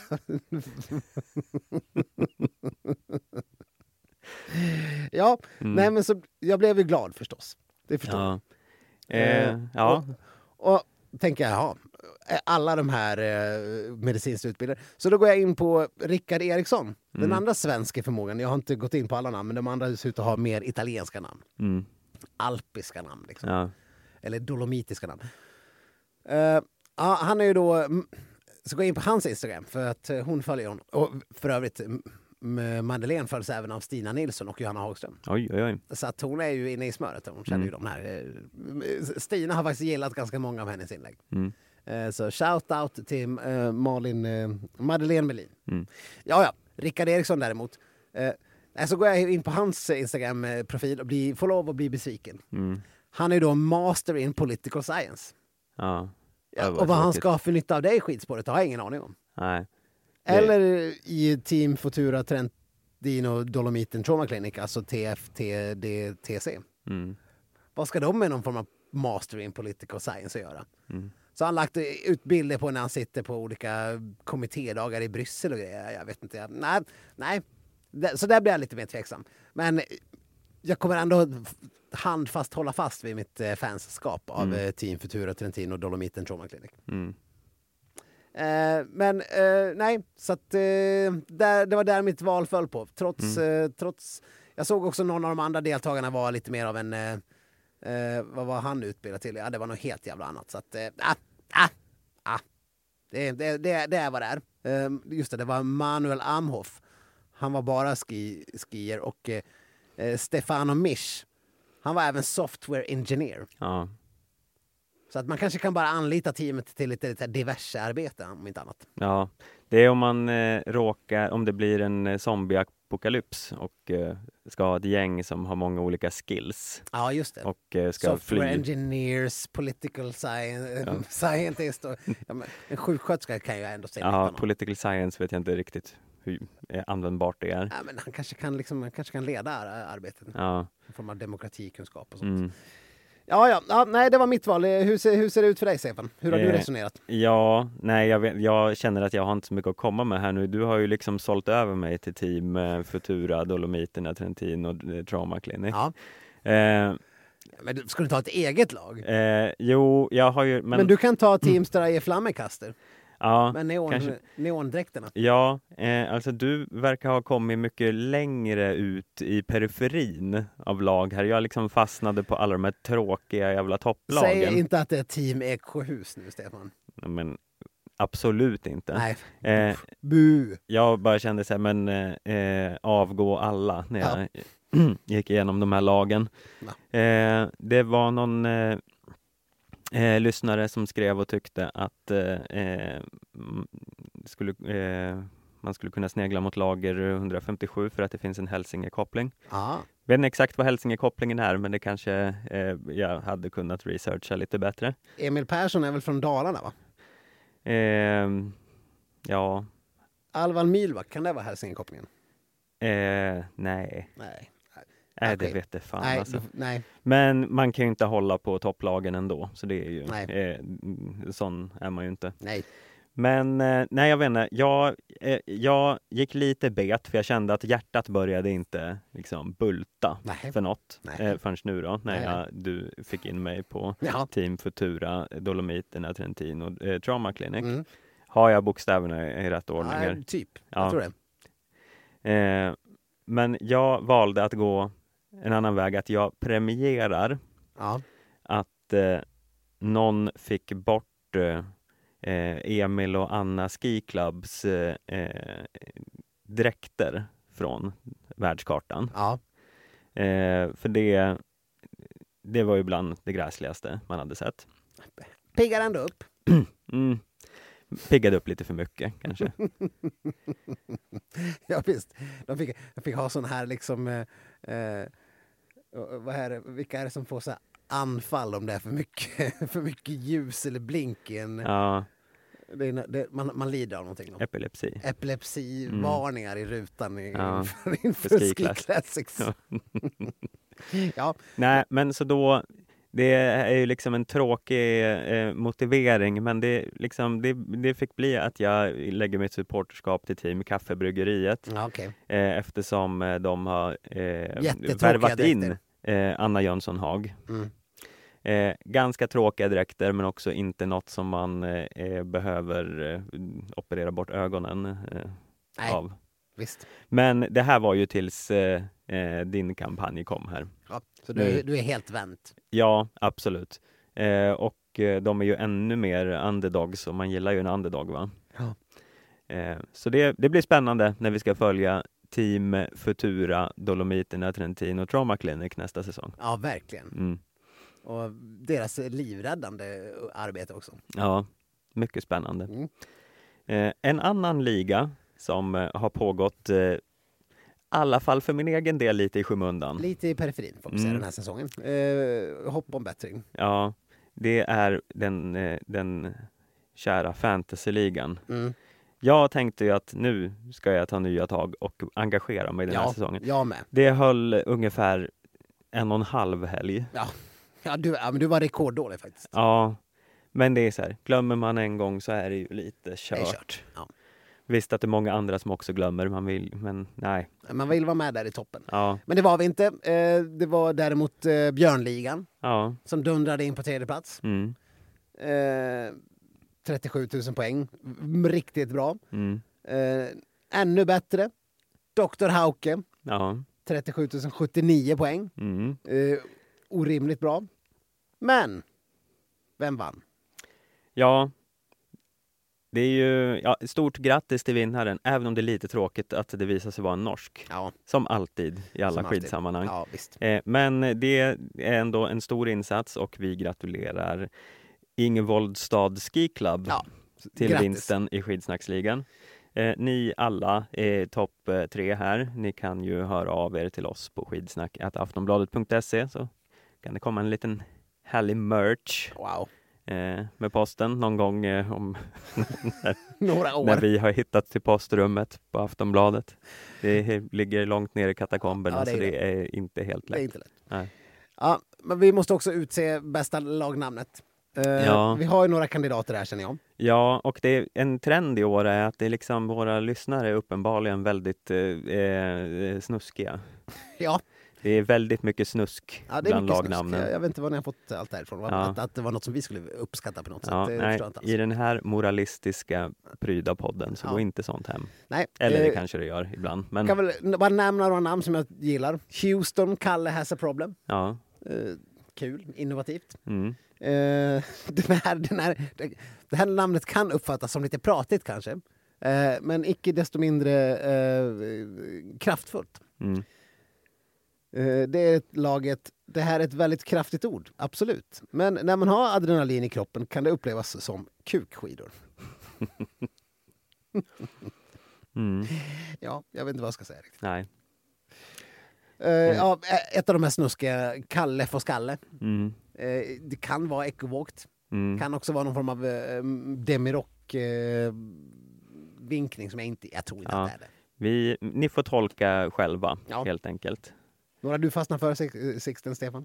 Ja, mm. nej men så jag blev ju glad förstås. Det förstår jag. Ja. Eh, ja. Och, och tänker jag, ja, alla de här eh, medicinskt utbildade. Så då går jag in på Rickard Eriksson. Mm. Den andra svenska förmågan. Jag har inte gått in på alla namn, men de andra ser ut att ha mer italienska namn. Mm. Alpiska namn liksom. Ja. Eller dolomitiska namn. Uh, ja, han är ju då... Så går jag in på hans Instagram för att hon följer honom. Och för övrigt, Madeleine följs även av Stina Nilsson och Johanna Hagström. Oj, oj, oj. Så att hon är ju inne i smöret. Hon känner mm. ju de här. Stina har faktiskt gillat ganska många av hennes inlägg. Mm. Så shout out till uh, Malin, uh, Madeleine Melin. Mm. Ja, ja. Rickard Eriksson däremot. Uh, så går jag in på hans Instagram-profil och blir, får lov att bli besviken. Mm. Han är då master in political science. Ja. Ja, och vad han ska ha för nytta av det i skidspåret har jag ingen aning om. Nej. Det... Eller i Team Futura Trentino Dolomiten Trauma Clinic, alltså T F T D T C. Mm. Vad ska de med någon form av master in political science att göra? Mm. Så han lagt ut bilder på när han sitter på olika kommittédagar i Bryssel och grejer. Jag vet inte. Nej, nej. Så där blir jag lite mer tveksam. Men jag kommer ändå handfast hålla fast vid mitt fanskap av mm. Team Futura Trentino Dolomiten Trauma Clinic. Mm. Eh, men eh, nej, så att eh, där, det var där mitt val föll på. Trots, mm. eh, trots Jag såg också någon av de andra deltagarna var lite mer av en... Eh, eh, vad var han utbildad till? Ja, det var något helt jävla annat. Så att... Eh, ah, ah, ah. Det, det, det, det är vad det är. Eh, just det, det var Manuel Amhoff. Han var bara ski, skier och eh, Stefano Misch. Han var även software engineer. Ja. Så att man kanske kan bara anlita teamet till lite, lite diverse arbete, om inte annat. Ja, det är om man eh, råkar, om det blir en eh, zombieapokalyps och eh, ska ha ett gäng som har många olika skills. Ja, just det. Och eh, ska software fly. engineers, political science, Ja. scientist. Och, ja, men en sjuksköterska kan jag ändå säga. Ja, political science vet jag inte riktigt hur eh, användbart det är. Ja, men han kanske kan, liksom, han kanske kan leda arbetet. Ja. En form av demokratikunskap och sånt. Mm. Ja, ja, ja, nej, det var mitt val. Hur ser, hur ser det ut för dig, Stefan? Hur har Eh, du resonerat? Ja, nej, jag, vet, jag känner att jag har inte så mycket att komma med här nu. Du har ju liksom sålt över mig till team eh, Futura, Dolomiterna, Trentin och eh, Trauma Clinic. Ja. Eh, Men du, ska du ta ett eget lag? eh, jo, jag har ju... Men, du kan ta Team Straje Flammekaster. Ja, med neon, kanske. neondräkterna. Ja, eh, alltså du verkar ha kommit mycket längre ut i periferin av lag här. Jag liksom fastnade på alla de här tråkiga jävla topplagen. Säg inte att det är Team Eksjöhus nu, Stefan. Men absolut inte. Nej. Eh, Bu. jag bara kände så här, men eh, avgå alla när jag Ja. gick igenom de här lagen. Ja. Eh, det var någon eh, eh, lyssnare som skrev och tyckte att eh, eh, skulle, eh, man skulle kunna snegla mot lager hundrafemtiosju för att det finns en Hälsingekoppling. Ah. Jag vet inte exakt vad Hälsingekopplingen är, men det kanske eh, jag hade kunnat researcha lite bättre. Emil Persson är väl från Dalarna, va? Eh, ja. Alvan Mylvak, kan det vara Hälsingekopplingen? Eh, nej. Nej. Nej, Okej. det vet jag fan. Nej, alltså. du- nej. Men man kan ju inte hålla på topplagen ändå, så det är ju, Nej. eh, sån är man ju inte. Nej. Men eh, nej, jag vet inte. Jag, eh, jag gick lite bet, för jag kände att hjärtat började inte liksom bulta Nej. för något Nej. eh, förrän nu då, när Nej. jag, du fick in mig på Ja. Team Futura, Dolomiterna, Trentin och eh, Trauma Clinic. Mm. Har jag bokstäverna i, i rätt ordning här? Ja, typ. Ja. Jag tror det. Eh, men jag valde att gå en annan väg, att jag premierar Ja. att eh, någon fick bort eh, Emil och Anna Ski Clubs eh, eh, dräkter från världskartan. Ja. Eh, för det, det var ju bland det gräsligaste man hade sett. Piggar ändå upp. Mm. Piggade upp lite för mycket kanske. Ja, visst. De fick, de fick ha sån här liksom... Eh, eh, vad är det? Vilka är det som får så här anfall om det är för mycket, för mycket ljus eller blink i en... Ja, Det är, det, man, man lider av någonting. Då. epilepsi. Epilepsivarningar i rutan i, Ja, inför för Ski Ski Class. Classics. Ja. Ja. Nej, men så då, det är ju liksom en tråkig eh, motivering, men det, liksom, det, det fick bli att jag lägger mitt supporterskap till Team Kaffebryggeriet. Ja, okay. eh, eftersom eh, de har eh, Jättetråkiga värvat in dräkter. eh, Anna Jönsson Hag. Mm. Eh, ganska tråkiga dräkter, men också inte något som man eh, behöver eh, operera bort ögonen eh, Nej. av. Visst. Men det här var ju tills eh, eh, din kampanj kom här. Ja, så du, är- du är helt vänt. Ja, absolut. Eh, och eh, de är ju ännu mer underdogs, och man gillar ju en underdog, va? Ja. Eh, så det, det blir spännande när vi ska följa Team Futura, Dolomiterna, Trentin och Trauma Clinic nästa säsong. Ja, verkligen. Mm. Och deras livräddande arbete också. Ja, mycket spännande. Mm. Eh, en annan liga som eh, har pågått, eh, i alla fall för min egen del, lite i skymundan. Lite i periferin får vi säga Mm. den här säsongen. Eh, hopp om bättring. Ja, det är den, eh, den kära fantasyligan. Mm. Jag tänkte ju att nu ska jag ta nya tag och engagera mig den här Ja, säsongen. jag med. Det höll ungefär en och en halv helg. Ja, ja, du, ja men du var rekorddålig faktiskt. Ja, men det är så här, glömmer man en gång så är det ju lite kört. Det är kört. Ja. Visst att det är många andra som också glömmer, man vill, men nej. Man vill vara med där i toppen. Ja, Men det var vi inte. Eh, det var däremot eh, Björnligan ja, som dundrade in på tredje plats. mm, Eh, trettiosju tusen poäng. Mm, Riktigt bra. mm, Eh, ännu bättre. doktor Hauke. ja, trettiosju tusen sjuttionio poäng. Mm. Eh, orimligt bra. Men, vem vann? Ja, det är ju ja, stort grattis till vinnaren, även om det är lite tråkigt att det visar sig vara en norsk. Ja. Som alltid i alla Som alltid. skidsammanhang. Ja, visst. Eh, men det är ändå en stor insats och vi gratulerar Ingevoldstad Ski Club Ja, till grattis. vinsten i Skidsnacksligan. Eh, ni alla är topp eh, tre här. Ni kan ju höra av er till oss på skidsnack at aftonbladet punkt se, så kan det komma en liten härlig merch. Wow. Eh, med posten någon gång eh, om när, Några år. när vi har hittat till postrummet på Aftonbladet. Det ligger långt ner i katakomberna, Ja, det är så det det. är inte helt lätt. Det är inte lätt. Nej. Ja, men vi måste också utse bästa lagnamnet. Eh, Ja. Vi har ju några kandidater här, känner jag. Ja, och det är en trend i år är att det är liksom våra lyssnare är uppenbarligen väldigt eh, eh, snuskiga. Ja. Det är väldigt mycket snusk Ja, det är bland mycket snusk. lagnamnen. Jag, jag vet inte var ni har fått allt det här ifrån. Ja. Att, att det var något som vi skulle uppskatta på något Ja, sätt. Det nej, förstår jag inte alls. i den här moralistiska pryda podden så Ja. går inte sånt hem. Nej. Eller det eh, kanske det gör ibland. Men kan väl bara nämna några namn som jag gillar. Houston, Kalle has a problem. ja. Eh, kul, innovativt. Mm. Eh, den här, den här, det, det här namnet kan uppfattas som lite pratigt kanske. Eh, men icke desto mindre eh, kraftfullt. Mm. Eh, det är ett laget, det här är ett väldigt kraftigt ord, absolut. Men när man har adrenalin i kroppen kan det upplevas som kukskidor. Mm. Ja, jag vet inte vad jag ska säga riktigt. Nej. Eh, ja, ett av de här snuskiga, Kalle för skalle. Mm. Eh, det kan vara ekivokt. Mm. Kan också vara någon form av eh, demirock eh, vinkning som jag inte, jag tror inte Ja. att det är det. Vi, ni får tolka själva, Ja. helt enkelt. Några du fastnar för, Six- Sixten, Stefan?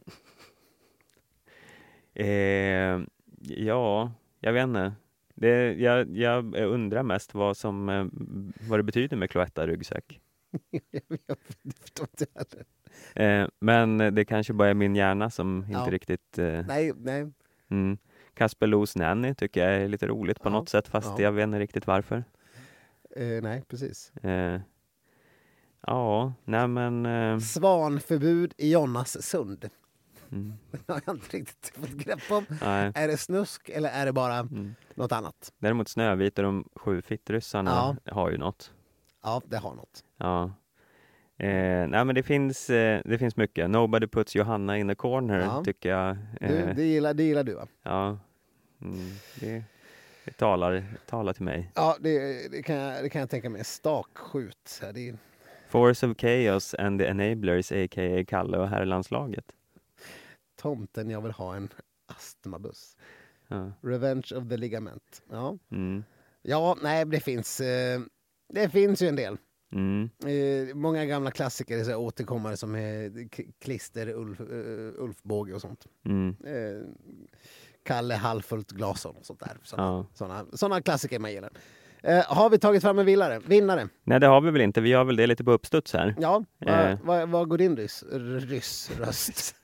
Eh, ja, jag vet inte. Det, jag, jag undrar mest vad, som, eh, vad det betyder med Cloetta-ryggsäck. jag förstår inte heller. Eh, men det kanske bara är min hjärna som Ja. inte riktigt... Eh, Nej, nej. mm. Kasper Los Nanny tycker jag är lite roligt på Ja. något sätt, fast Ja. jag vet inte riktigt varför. Eh, nej, precis. Eh, ja, nej men... Eh, Svanförbud i Jonas sund. mm, Det har jag inte riktigt fått grepp om. nej. Är det snusk eller är det bara Mm. något annat? Däremot Snövit och de sju fittryssarna har ju något. Ja, det har något. Ja. Eh, nej men det finns, eh, det finns mycket. Nobody puts Johanna in a corner, Ja. tycker jag. Du, Eh, det, gillar, det gillar du, va? Ja, mm, det, det talar, talar till mig. Ja, det, det, kan, jag, det kan jag tänka mig. Stakskjut. Ja, det är, Force of Chaos and the Enablers, a k a. Kalle och herrlandslaget. tomten, jag vill ha en astmabuss. Ja. Revenge of the ligament. Ja, Mm, ja nej, det finns, eh, det finns ju en del. mm, Eh, många gamla klassiker är så här återkommare som är k- klister, Ulf, uh, Ulfbåge och sånt. mm, Eh, Kalle halvfullt Glasson och sånt där. Såna, ja. såna, såna klassiker man gillar. Eh, har vi tagit fram en vinnare? vinnare? Nej, det har vi väl inte. Vi har väl det lite på uppstuds här. Ja, Eh. vad vad- vad går din ryss, ryss röst?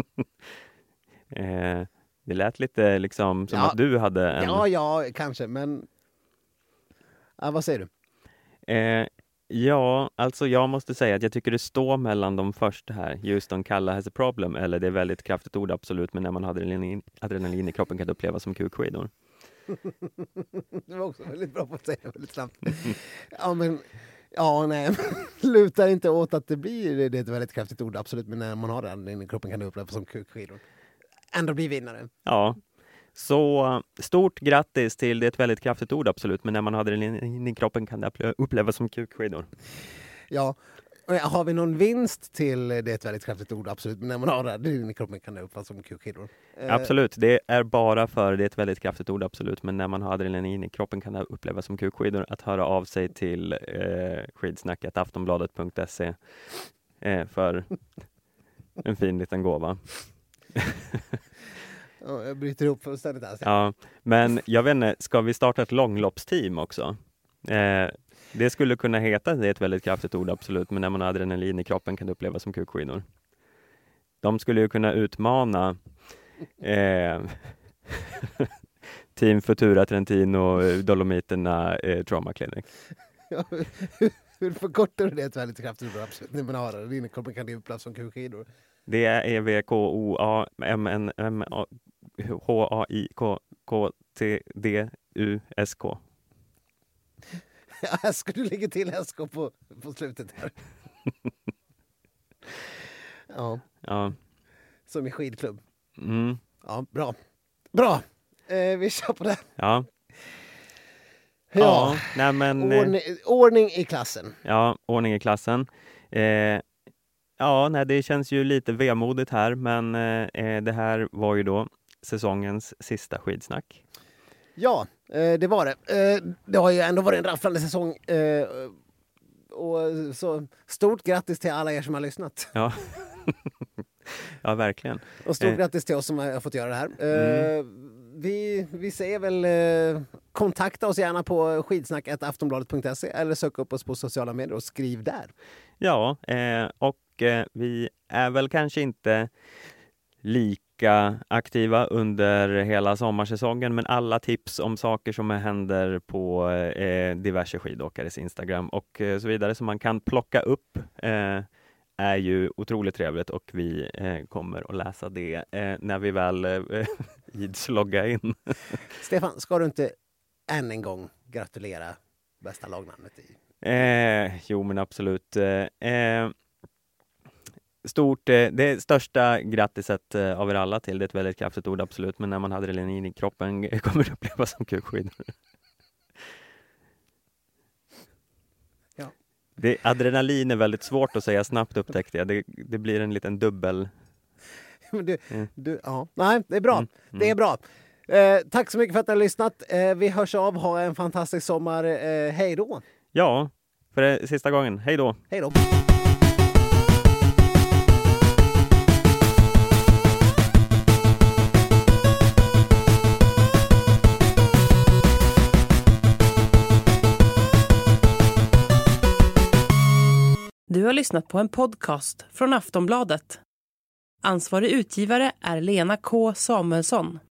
Eh, det lät lite liksom som Ja. att du hade en... Ja, ja, kanske, men... Ja, vad säger du? Eh, ja, alltså jag måste säga att jag tycker det står mellan de första här. Just om Kalle has a problem, eller det är väldigt kraftigt ord absolut, men när man har adrenalin, adrenalin i kroppen kan det upplevas som kukskidor. Du var också väldigt bra på att säga väldigt snabbt. Ja, men... Ja, nej. Lutar inte åt att det blir det är ett väldigt kraftigt ord, absolut. Men när man har det i kroppen kan det upplevas som kukskidor. Ändå bli vinnare. Ja, så stort grattis till det är ett väldigt kraftigt ord absolut, men när man har adrenalin i kroppen kan det upple- upplevas som kukskidor. Ja. Och har vi någon vinst till det är ett väldigt kraftigt ord, absolut. Men när man har det i kroppen kan det uppfattas som kukskidor. Eh, Absolut, det är bara för det är ett väldigt kraftigt ord absolut, men när man har adrenalin i kroppen kan det upplevas som kukskidor. Att höra av sig till eh, skidsnacket aftonbladet punkt se eh, för en fin liten gåva. Ja, jag bryter ihop fullständigt här. Ja, men jag vet inte, ska vi starta ett långloppsteam också? Eh, det skulle kunna heta, det är ett väldigt kraftigt ord absolut, men när man har adrenalin i kroppen kan det upplevas som kukskidor. De skulle ju kunna utmana eh, Team Futura Trentino, Dolomiterna, eh, Trauma Clinic. Ja, hur, Hur förkortar du det? Väldigt kraftigt ord, absolut. Nej, men har det. Dina kommunikativplats som kukskidor. Det är E V K O A M N M H A I K K T D U S K. Ja, här ska du lägga till S K på, på slutet här. Ja. Ja. Som i skidklubb. Mm. Ja, bra. Bra. Eh, vi kör på det. Ja. Ja, ja nej men, ordning, ordning i klassen. Ja, ordning i klassen. Eh, ja, nej, det känns ju lite vemodigt här, men eh, det här var ju då säsongens sista skidsnack. Ja, eh, det var det. Eh, det har ju ändå varit en rafflande säsong. Eh, och så stort grattis till alla er som har lyssnat. Ja, ja verkligen. Och stort eh. grattis till oss som har fått göra det här. Eh, Mm. Vi, vi säger väl eh, kontakta oss gärna på skidsnack snabel-a aftonbladet punkt se eller sök upp oss på sociala medier och skriv där. Ja, eh, och eh, vi är väl kanske inte lika aktiva under hela sommarsäsongen, men alla tips om saker som händer på eh, diverse skidåkares Instagram och eh, så vidare som man kan plocka upp eh, är ju otroligt trevligt, och vi eh, kommer att läsa det eh, när vi väl eh, ids logga in. Stefan, ska du inte än en gång gratulera bästa lagnamnet i? Eh, jo, men absolut. Eh, stort, eh, det största grattiset eh, av er alla till, det är ett väldigt kraftigt ord, absolut, men när man hade adrenalin i kroppen kommer det upplevas som kukskidor. Ja. Det, adrenalin är väldigt svårt att säga snabbt, upptäckte jag. Det, det blir en liten dubbel... Men du, Mm. du, ja. Nej, det är bra. Mm. Mm. Det är bra. Eh, tack så mycket för att ni har lyssnat. Eh, vi hörs av. Ha en fantastisk sommar. Eh, hej då. Ja, för det, sista gången. Hej då. Hej då. Du har lyssnat på en podcast från Aftonbladet. Ansvarig utgivare är Lena K. Samuelsson.